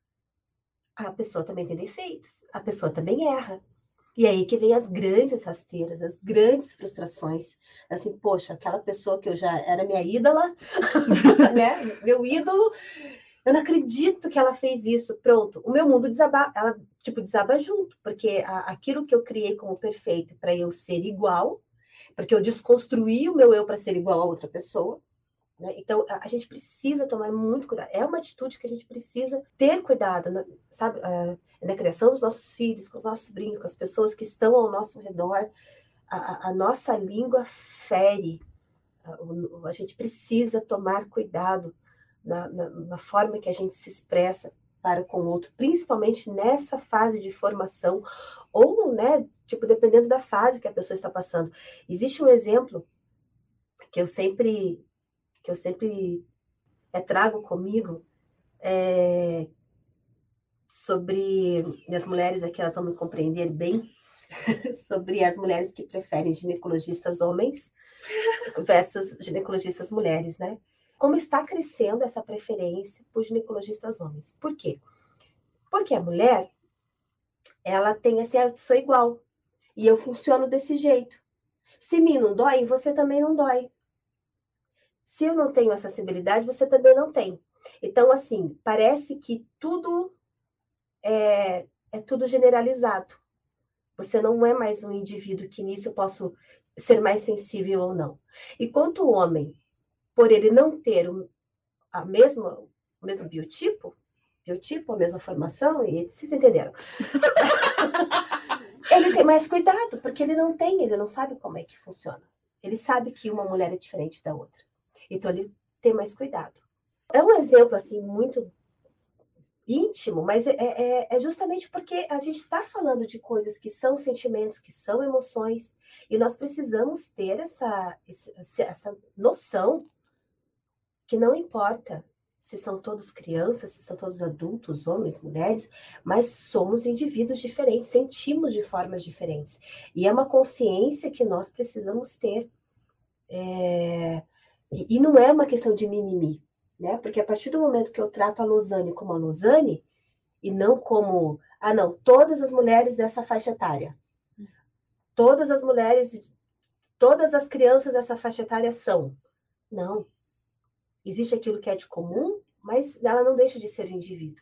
A: A pessoa também tem defeitos, a pessoa também erra. E aí que vem as grandes rasteiras, as grandes frustrações. Assim, poxa, aquela pessoa que eu já era minha ídola, né? Meu ídolo, eu não acredito que ela fez isso. Pronto, o meu mundo desaba, ela tipo desaba junto, porque a, aquilo que eu criei como perfeito para eu ser igual, porque eu desconstruí o meu eu para ser igual a outra pessoa. Né? Então, a, a gente precisa tomar muito cuidado. É uma atitude que a gente precisa ter cuidado, né? Sabe? Uh, na criação dos nossos filhos, com os nossos sobrinhos, com as pessoas que estão ao nosso redor. A, a, a nossa língua fere. A, a gente precisa tomar cuidado na, na, na forma que a gente se expressa para com o outro, principalmente nessa fase de formação, ou, né, tipo, dependendo da fase que a pessoa está passando. Existe um exemplo que eu sempre... que eu sempre é, trago comigo, é, sobre as mulheres aqui, elas vão me compreender bem, sobre as mulheres que preferem ginecologistas homens versus ginecologistas mulheres, né? Como está crescendo essa preferência por ginecologistas homens. Por quê? Porque a mulher, ela tem assim, eu sou igual, e eu funciono desse jeito. Se mim não dói, você também não dói. Se eu não tenho essa sensibilidade, você também não tem. Então, assim, parece que tudo é, é tudo generalizado. Você não é mais um indivíduo que nisso eu posso ser mais sensível ou não. Enquanto o homem, por ele não ter o, a mesma, o mesmo biotipo, biotipo, a mesma formação, e vocês entenderam. Ele tem mais cuidado, porque ele não tem, ele não sabe como é que funciona. Ele sabe que uma mulher é diferente da outra. Então, ele tem mais cuidado. É um exemplo, assim, muito íntimo, mas é, é, é justamente porque a gente está falando de coisas que são sentimentos, que são emoções, e nós precisamos ter essa, essa noção que não importa se são todos crianças, se são todos adultos, homens, mulheres, mas somos indivíduos diferentes, sentimos de formas diferentes. E é uma consciência que nós precisamos ter. É... E, e não é uma questão de mimimi, né? Porque a partir do momento que eu trato a Losane como a Losane, e não como, ah, não, todas as mulheres dessa faixa etária, todas as mulheres, todas as crianças dessa faixa etária são. Não. Existe aquilo que é de comum, mas ela não deixa de ser um indivíduo.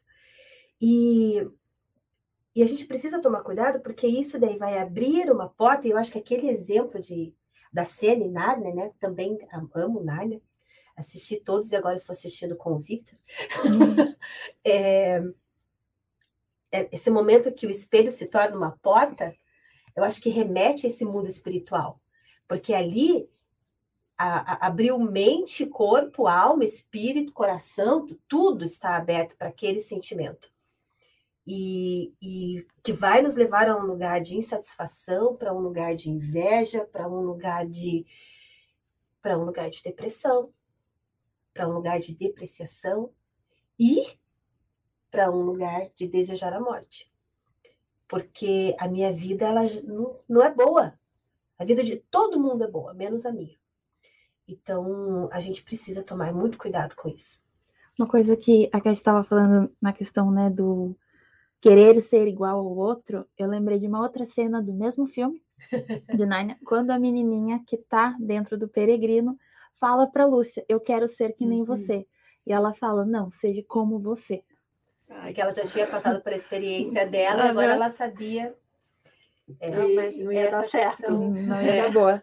A: E, e a gente precisa tomar cuidado, porque isso daí vai abrir uma porta, e eu acho que aquele exemplo de, da cena em Nárnia, né? Também amo Nárnia, assisti todos e agora estou assistindo com o Victor. Uhum. é, é, esse momento que o espelho se torna uma porta, eu acho que remete a esse mundo espiritual, porque ali a, a, abriu mente, corpo, alma, espírito, coração, tudo está aberto para aquele sentimento. E, e que vai nos levar a um lugar de insatisfação, para um lugar de inveja, para um lugar de para um lugar de depressão, para um lugar de depreciação e para um lugar de desejar a morte. Porque a minha vida ela não, não é boa. A vida de todo mundo é boa, menos a minha. Então, a gente precisa tomar muito cuidado com isso.
C: Uma coisa que a gente estava falando na questão, né, do querer ser igual ao outro, eu lembrei de uma outra cena do mesmo filme, de Nárnia, quando a menininha que tá dentro do peregrino fala para Lúcia, eu quero ser que nem uhum. você. E ela fala, não, seja como você.
A: Porque ela já tinha passado por a experiência dela, uhum. e agora ela sabia.
B: É, não, mas
D: não ia dar certo.
B: Questão,
C: não ia dar boa.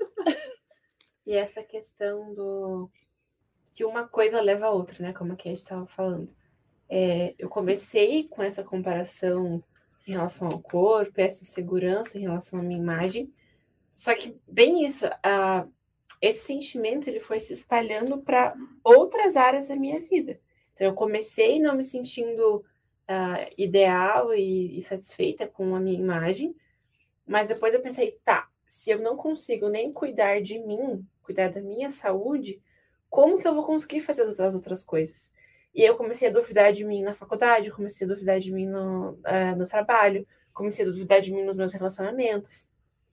B: E essa questão do que uma coisa leva a outra, né? Como a gente estava falando. É, eu comecei com essa comparação em relação ao corpo, essa insegurança em relação à minha imagem, só que bem isso, a, esse sentimento ele foi se espalhando para outras áreas da minha vida. Então eu comecei não me sentindo uh, ideal e, e satisfeita com a minha imagem, mas depois eu pensei, tá, se eu não consigo nem cuidar de mim, cuidar da minha saúde, como que eu vou conseguir fazer as outras coisas? E eu comecei a duvidar de mim na faculdade, comecei a duvidar de mim no, uh, no trabalho, comecei a duvidar de mim nos meus relacionamentos.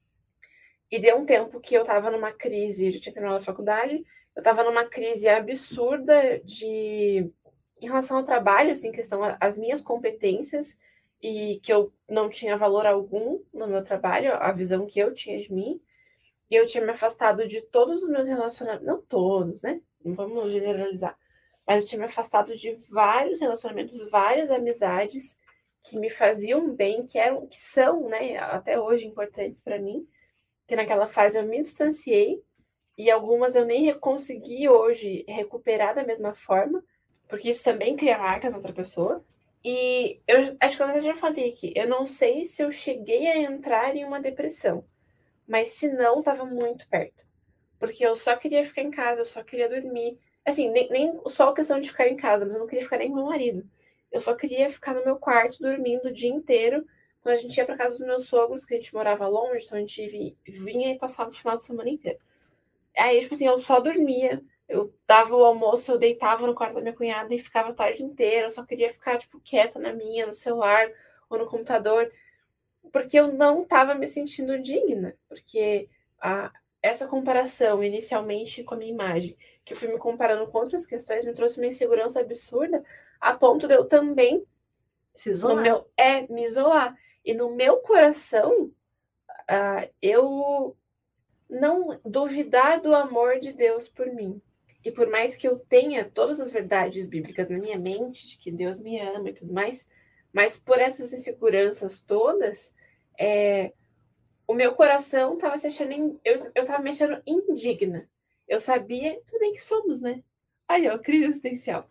B: E deu um tempo que eu tava numa crise, eu já tinha terminado a faculdade, eu tava numa crise absurda de... em relação ao trabalho, assim, questão às minhas competências, e que eu não tinha valor algum no meu trabalho, a visão que eu tinha de mim, e eu tinha me afastado de todos os meus relacionamentos, não todos, né? Não vamos generalizar, mas eu tinha me afastado de vários relacionamentos, várias amizades que me faziam bem, que eram, que são, né, até hoje importantes para mim, que naquela fase eu me distanciei, e algumas eu nem consegui hoje recuperar da mesma forma, porque isso também cria marcas na outra pessoa. E eu acho que eu já falei aqui, eu não sei se eu cheguei a entrar em uma depressão, mas se não, estava muito perto. Porque eu só queria ficar em casa, eu só queria dormir. Assim, nem, nem só a questão de ficar em casa, mas eu não queria ficar nem com meu marido. Eu só queria ficar no meu quarto, dormindo o dia inteiro. Quando a gente ia para casa dos meus sogros, que a gente morava longe, então a gente vinha e passava o final de semana inteiro. Aí, tipo assim, eu só dormia. Eu dava o almoço, eu deitava no quarto da minha cunhada e ficava a tarde inteira. Eu só queria ficar, tipo, quieta na minha, no celular ou no computador. Porque eu não estava me sentindo digna. Porque a, essa comparação, inicialmente, com a minha imagem, que eu fui me comparando com outras questões, me trouxe uma insegurança absurda, a ponto de eu também
A: se isolar.
B: No meu, é, me isolar. E no meu coração, uh, eu não duvidar do amor de Deus por mim. E por mais que eu tenha todas as verdades bíblicas na minha mente, de que Deus me ama e tudo mais, mas por essas inseguranças todas, é, o meu coração estava se achando, in, eu, eu tava me achando indigna. Eu sabia, tudo bem que somos, né? Aí, ó, crise existencial.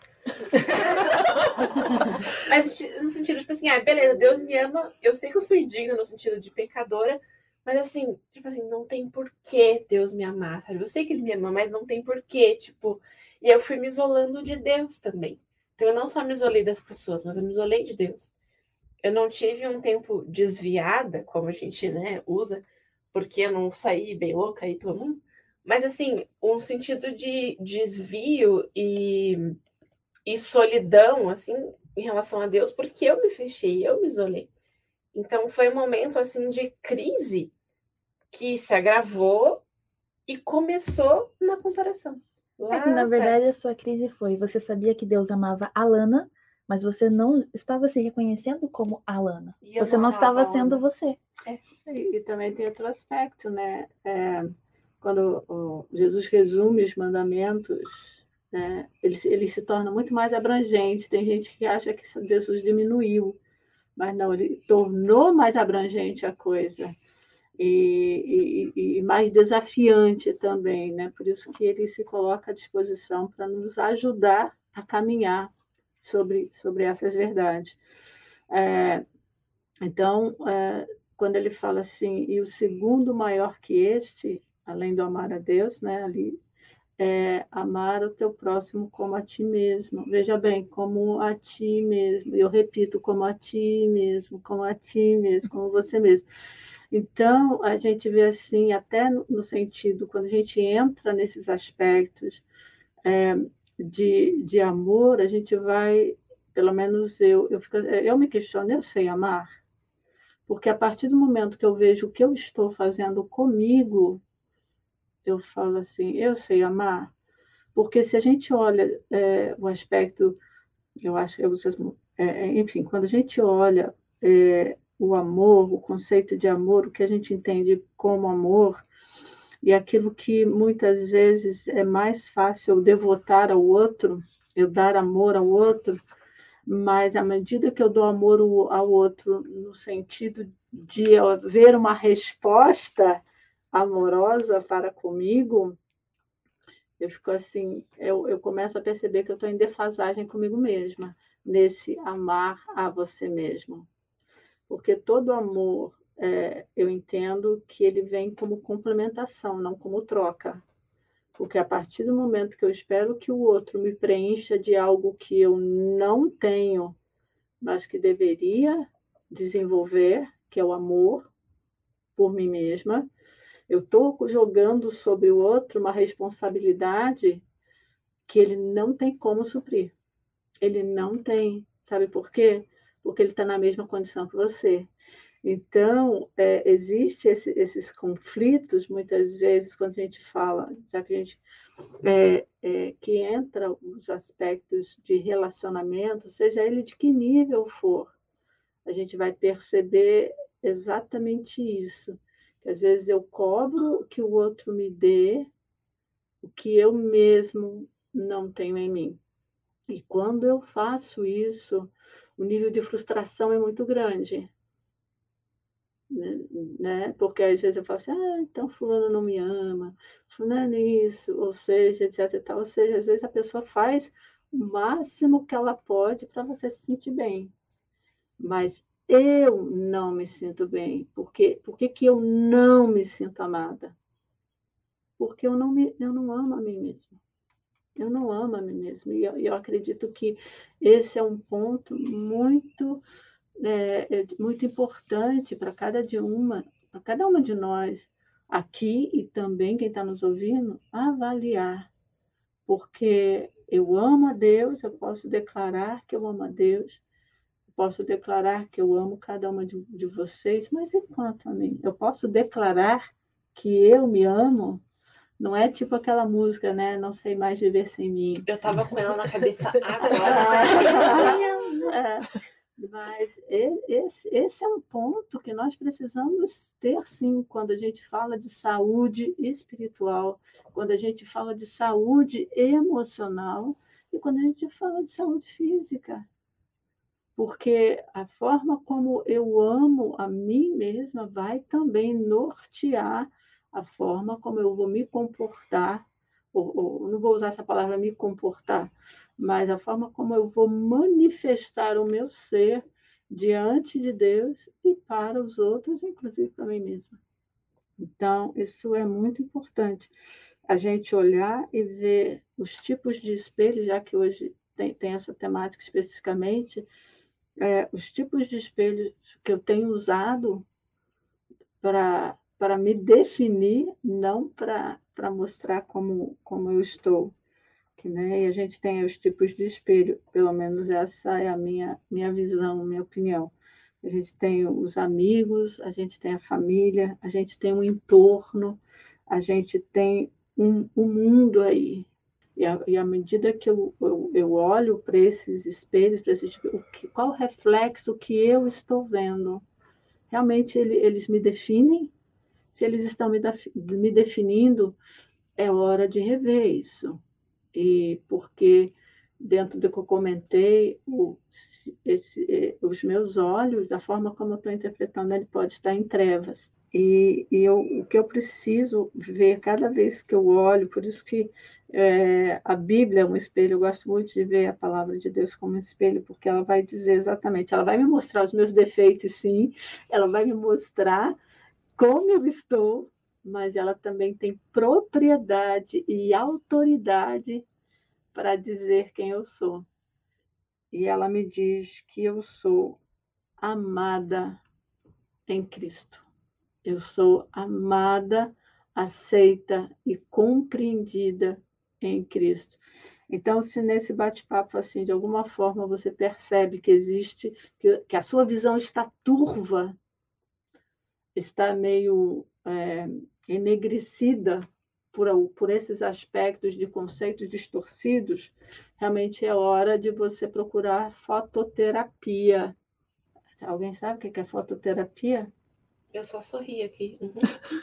B: Mas no sentido, tipo assim, ah, beleza, Deus me ama, eu sei que eu sou indigna no sentido de pecadora, mas assim, tipo assim, não tem porquê Deus me amar, sabe? Eu sei que ele me ama, mas não tem porquê, tipo... E eu fui me isolando de Deus também. Então eu não só me isolei das pessoas, mas eu me isolei de Deus. Eu não tive um tempo desviada, como a gente, né, usa, porque eu não saí bem louca aí pelo mundo. Mas assim, um sentido de desvio e, e solidão, assim, em relação a Deus, porque eu me fechei, eu me isolei. Então foi um momento, assim, de crise que se agravou e começou na comparação.
C: É que, na verdade, a sua crise foi, você sabia que Deus amava a Lana, mas você não estava se reconhecendo como a Lana. Você não estava sendo você.
D: É. E, e também tem outro aspecto, né? É, quando o Jesus resume os mandamentos, né, ele, ele se torna muito mais abrangente. Tem gente que acha que Jesus diminuiu, mas não, ele tornou mais abrangente a coisa. E, e, e mais desafiante também, né? Por isso que ele se coloca à disposição para nos ajudar a caminhar sobre, sobre essas verdades. É, então, é, quando ele fala assim, e o segundo maior que este, além do amar a Deus, né, ali, é amar o teu próximo como a ti mesmo. Veja bem, como a ti mesmo. Eu repito, como a ti mesmo, como a ti mesmo, como você mesmo. Então, a gente vê assim, até no sentido, quando a gente entra nesses aspectos é, de, de amor, a gente vai, pelo menos eu, eu, fico, eu me questiono, eu sei amar? Porque a partir do momento que eu vejo o que eu estou fazendo comigo, eu falo assim, eu sei amar? Porque se a gente olha é, o aspecto, eu acho que vocês, é, enfim, quando a gente olha é, o amor, o conceito de amor, o que a gente entende como amor, e aquilo que muitas vezes é mais fácil eu devotar ao outro, eu dar amor ao outro, mas à medida que eu dou amor ao outro no sentido de haver uma resposta amorosa para comigo, Eu fico assim, eu, eu começo a perceber que eu estou em defasagem comigo mesma, nesse amar a você mesmo. Porque todo amor, é, eu entendo que ele vem como complementação, não como troca. Porque a partir do momento que eu espero que o outro me preencha de algo que eu não tenho, mas que deveria desenvolver, que é o amor por mim mesma, eu estou jogando sobre o outro uma responsabilidade que ele não tem como suprir. Ele não tem. Sabe por quê? Porque ele está na mesma condição que você. Então, é, existe esse, esses conflitos, muitas vezes, quando a gente fala, já que a gente é, é, que entra os aspectos de relacionamento, seja ele de que nível for, a gente vai perceber exatamente isso. Que às vezes eu cobro que o outro me dê o que eu mesmo não tenho em mim. E quando eu faço isso, o nível de frustração é muito grande. Né? Porque às vezes eu falo assim, ah, então fulano não me ama, fulano é isso, ou seja, etc e tal. Ou seja, às vezes a pessoa faz o máximo que ela pode para você se sentir bem. Mas eu não me sinto bem. Por quê? Por que que eu não me sinto amada? Porque eu não, me, eu não amo a mim mesma. Eu não amo a mim mesma. E eu, eu acredito que esse é um ponto muito... É, é muito importante para cada de uma, para cada uma de nós aqui e também quem está nos ouvindo, avaliar. Porque eu amo a Deus, eu posso declarar que eu amo a Deus, eu posso declarar que eu amo cada uma de, de vocês, mas e quanto a mim? Eu posso declarar que eu me amo? Não é tipo aquela música, né? Não sei mais viver sem mim.
B: Eu tava com ela na cabeça agora.
D: é. Mas esse, esse é um ponto que nós precisamos ter, sim, quando a gente fala de saúde espiritual, quando a gente fala de saúde emocional e quando a gente fala de saúde física. Porque a forma como eu amo a mim mesma vai também nortear a forma como eu vou me comportar, ou, ou não vou usar essa palavra me comportar, mas a forma como eu vou manifestar o meu ser diante de Deus e para os outros, inclusive para mim mesma. Então, isso é muito importante, a gente olhar e ver os tipos de espelho, já que hoje tem, tem essa temática especificamente, é, os tipos de espelhos que eu tenho usado para para me definir, não para para mostrar como, como eu estou. Que, né? E a gente tem os tipos de espelho, pelo menos essa é a minha, minha visão, minha opinião. A gente tem os amigos, a gente tem a família, a gente tem um entorno, a gente tem um, um mundo aí. E, a, e à medida que eu, eu, eu olho para esses espelhos, para esses, o que, qual o reflexo que eu estou vendo? Realmente ele, eles me definem? Se eles estão me, me definindo, é hora de rever isso. E porque, dentro do que eu comentei, o, esse, os meus olhos, a forma como eu estou interpretando, ele pode estar em trevas. E, e eu, o que eu preciso ver cada vez que eu olho, por isso que é, a Bíblia é um espelho, eu gosto muito de ver a palavra de Deus como um espelho, porque ela vai dizer exatamente, ela vai me mostrar os meus defeitos, sim, ela vai me mostrar como eu estou, mas ela também tem propriedade e autoridade para dizer quem eu sou. E ela me diz que eu sou amada em Cristo. Eu sou amada, aceita e compreendida em Cristo. Então, se nesse bate-papo, assim, de alguma forma você percebe que existe, que, que a sua visão está turva, está meio é, enegrecida por, por esses aspectos de conceitos distorcidos, realmente é hora de você procurar fototerapia. Alguém sabe o que é fototerapia?
B: Eu só sorri aqui. Uhum.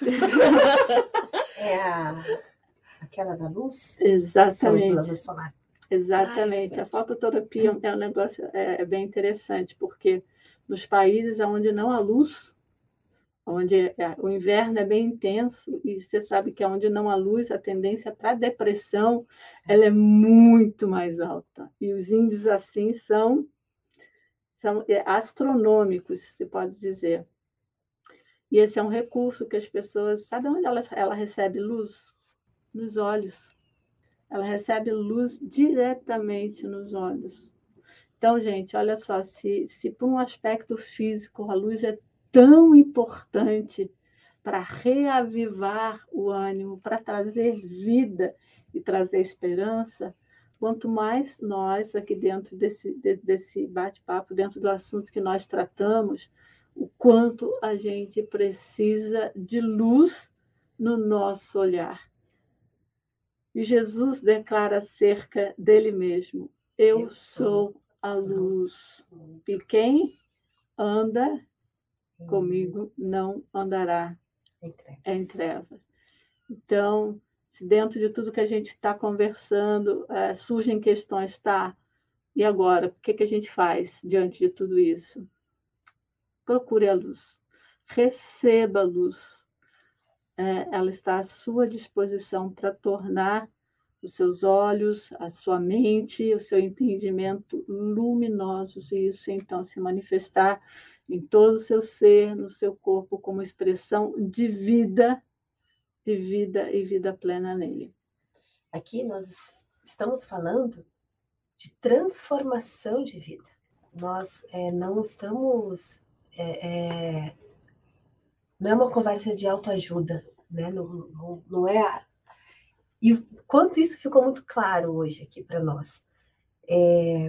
A: É a, aquela da luz?
D: Exatamente.
A: Da luz solar.
D: Exatamente. Ai, a fototerapia é um negócio é, é bem interessante, porque nos países onde não há luz, onde o inverno é bem intenso, e você sabe que onde não há luz, a tendência para a depressão ela é muito mais alta. E os índices assim são, são astronômicos, se pode dizer. E esse é um recurso que as pessoas... Sabe onde ela, ela recebe luz? Nos olhos. Ela recebe luz diretamente nos olhos. Então, gente, olha só, se, se por um aspecto físico a luz é tão importante para reavivar o ânimo, para trazer vida e trazer esperança, quanto mais nós, aqui dentro desse, desse bate-papo, dentro do assunto que nós tratamos, o quanto a gente precisa de luz no nosso olhar. E Jesus declara acerca dele mesmo: eu sou a luz, e quem anda comigo não andará em trevas. Então, se dentro de tudo que a gente está conversando, é, surgem questões, tá? E agora, o que, que a gente faz diante de tudo isso? Procure a luz, receba a luz. É, ela está à sua disposição para tornar os seus olhos, a sua mente, o seu entendimento luminosos, e isso então se manifestar em todo o seu ser, no seu corpo, como expressão de vida, de vida e vida plena nele.
A: Aqui nós estamos falando de transformação de vida. Nós é, não estamos... É, é, não é uma conversa de autoajuda, né? Não, não, não é... A... E o quanto isso ficou muito claro hoje aqui para nós. É...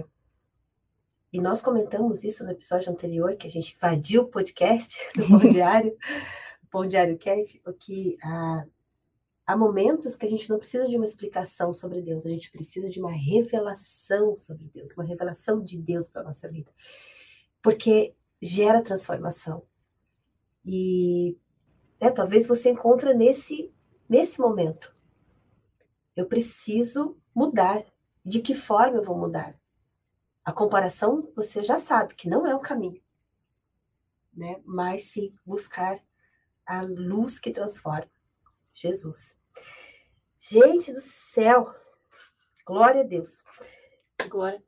A: E nós comentamos isso no episódio anterior, que a gente invadiu o podcast do Pão Diário, o Pão Diário Cast, que há, há momentos que a gente não precisa de uma explicação sobre Deus, a gente precisa de uma revelação sobre Deus, uma revelação de Deus para a nossa vida. Porque gera transformação. E né, talvez você encontre nesse, nesse momento. Eu preciso mudar. De que forma eu vou mudar? A comparação, você já sabe que não é um caminho, né? Mas sim buscar a luz que transforma, Jesus. Gente do céu, glória a Deus.
B: Glória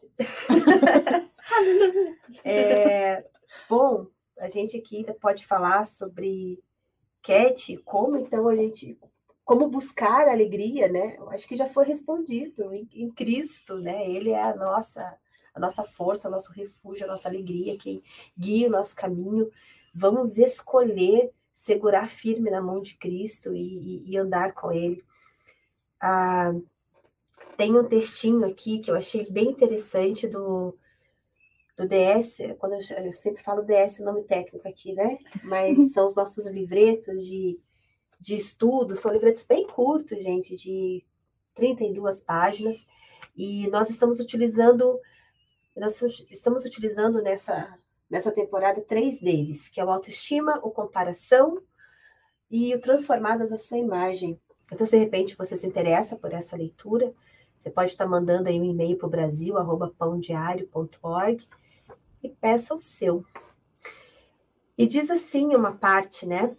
B: a Deus.
A: é, bom, a gente aqui ainda pode falar sobre Cat, como então a gente, como buscar a alegria, né? Eu acho que já foi respondido em, em Cristo, né? Ele é a nossa, a nossa força, o nosso refúgio, a nossa alegria, que guia o nosso caminho. Vamos escolher segurar firme na mão de Cristo e, e, e andar com Ele. Ah, tem um textinho aqui que eu achei bem interessante do, do D S, quando eu, eu sempre falo D S, o nome técnico aqui, né? Mas são os nossos livretos de, de estudo, são livretos bem curtos, gente, de trinta e duas páginas, e nós estamos utilizando, nós estamos utilizando nessa, nessa temporada três deles, que é o Autoestima, o Comparação e o Transformadas à Sua Imagem. Então, se de repente você se interessa por essa leitura, você pode estar mandando aí um e-mail para o brasil, arroba pão diário ponto org, e peça o seu. E diz assim uma parte, né?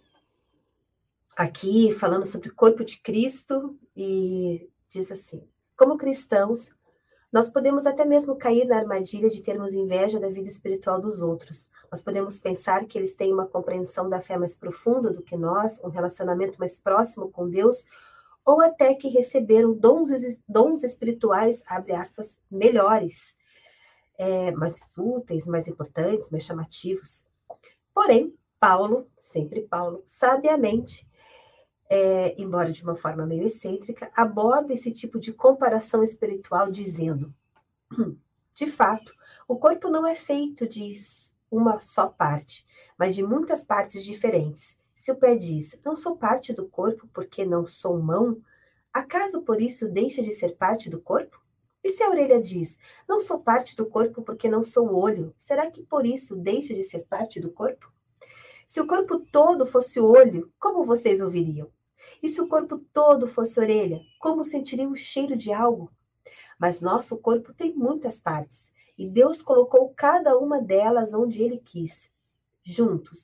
A: Aqui, falando sobre o corpo de Cristo, e diz assim: como cristãos, nós podemos até mesmo cair na armadilha de termos inveja da vida espiritual dos outros. Nós podemos pensar que eles têm uma compreensão da fé mais profunda do que nós, um relacionamento mais próximo com Deus, ou até que receberam dons, dons espirituais, abre aspas, melhores, é, mais úteis, mais importantes, mais chamativos. Porém, Paulo, sempre Paulo, sabiamente, é, embora de uma forma meio excêntrica, aborda esse tipo de comparação espiritual dizendo: de fato, o corpo não é feito de uma só parte, mas de muitas partes diferentes. Se o pé diz, não sou parte do corpo porque não sou mão, acaso por isso deixa de ser parte do corpo? E se a orelha diz, não sou parte do corpo porque não sou olho, será que por isso deixa de ser parte do corpo? Se o corpo todo fosse olho, como vocês ouviriam? E se o corpo todo fosse orelha, como sentiriam o cheiro de algo? Mas nosso corpo tem muitas partes, e Deus colocou cada uma delas onde Ele quis. Juntos,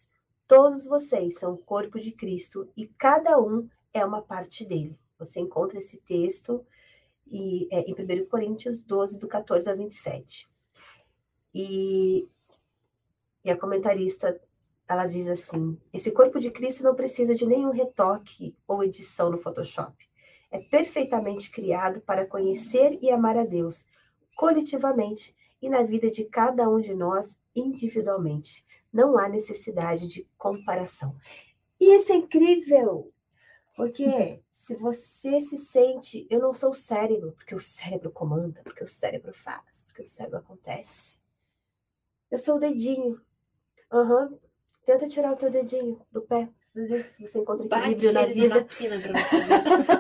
A: Todos vocês são o corpo de Cristo e cada um é uma parte dele. Você encontra esse texto e, é, em primeira Coríntios doze, do quatorze ao vinte e sete. E, e a comentarista, ela diz assim: esse corpo de Cristo não precisa de nenhum retoque ou edição no Photoshop. É perfeitamente criado para conhecer e amar a Deus, coletivamente e na vida de cada um de nós individualmente. Não há necessidade de comparação. E isso é incrível, porque se você se sente, eu não sou o cérebro, porque o cérebro comanda, porque o cérebro faz, porque o cérebro acontece. Eu sou o dedinho. Uhum. Tenta tirar o teu dedinho do pé, ver se você encontra equilíbrio na vida.
B: Máquina pra você ver.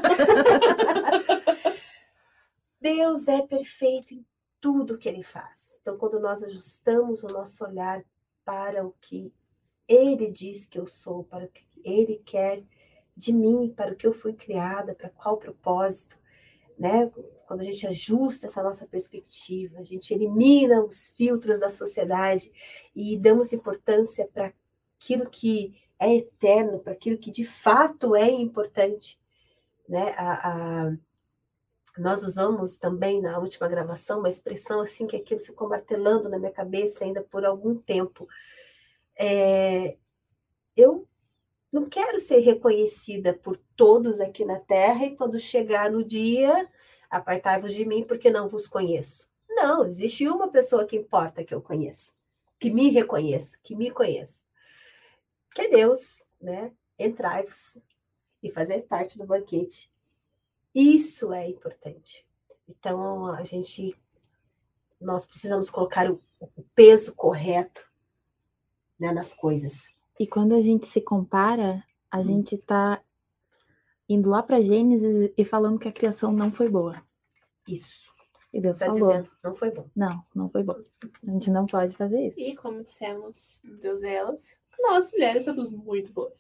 A: Deus é perfeito em tudo que ele faz. Então, quando nós ajustamos o nosso olhar para o que ele diz que eu sou, para o que ele quer de mim, para o que eu fui criada, para qual propósito, né? Quando a gente ajusta essa nossa perspectiva, a gente elimina os filtros da sociedade e damos importância para aquilo que é eterno, para aquilo que de fato é importante, né? A, a, nós usamos também na última gravação uma expressão assim que aquilo ficou martelando na minha cabeça ainda por algum tempo. É, eu não quero ser reconhecida por todos aqui na Terra e quando chegar no dia, apartai-vos de mim porque não vos conheço. Não, existe uma pessoa que importa que eu conheça, que me reconheça, que me conheça. Que é Deus, né? Entrai-vos e fazer parte do banquete. Isso é importante. Então, a gente, nós precisamos colocar o, o peso correto, né, nas coisas.
C: E quando a gente se compara, a hum. gente tá indo lá para Gênesis e falando que a criação não foi boa.
A: Isso.
C: E Deus
A: tá
C: falou.
A: Dizendo, não foi bom.
C: Não, não foi bom. A gente não pode fazer isso.
B: E como dissemos, Deus e elas, nós mulheres somos muito boas.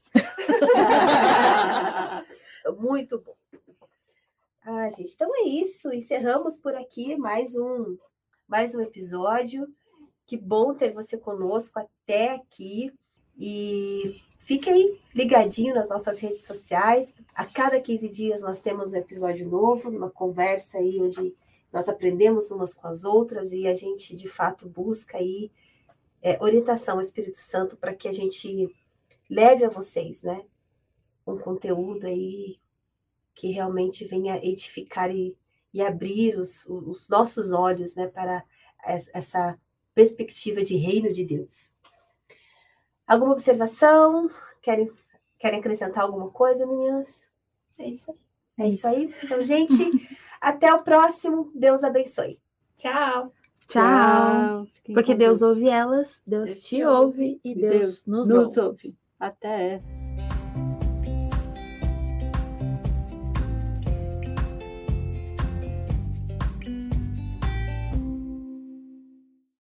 A: Muito bom. Ah, gente, então é isso. Encerramos por aqui mais um, mais um episódio. Que bom ter você conosco até aqui. E fique aí ligadinho nas nossas redes sociais. A cada quinze dias nós temos um episódio novo, uma conversa aí onde nós aprendemos umas com as outras e a gente, de fato, busca aí é, orientação ao Espírito Santo para que a gente leve a vocês, né, um conteúdo aí que realmente venha edificar e, e abrir os, os nossos olhos, né, para essa perspectiva de reino de Deus. Alguma observação? Querem, querem acrescentar alguma coisa, meninas?
B: É isso aí.
A: É isso aí? Então, gente, até o próximo. Deus abençoe.
B: Tchau.
C: Tchau. Porque Deus ouve elas, Deus, Deus te ouve e Deus, Deus nos,
D: nos
C: ouve.
D: ouve. Até.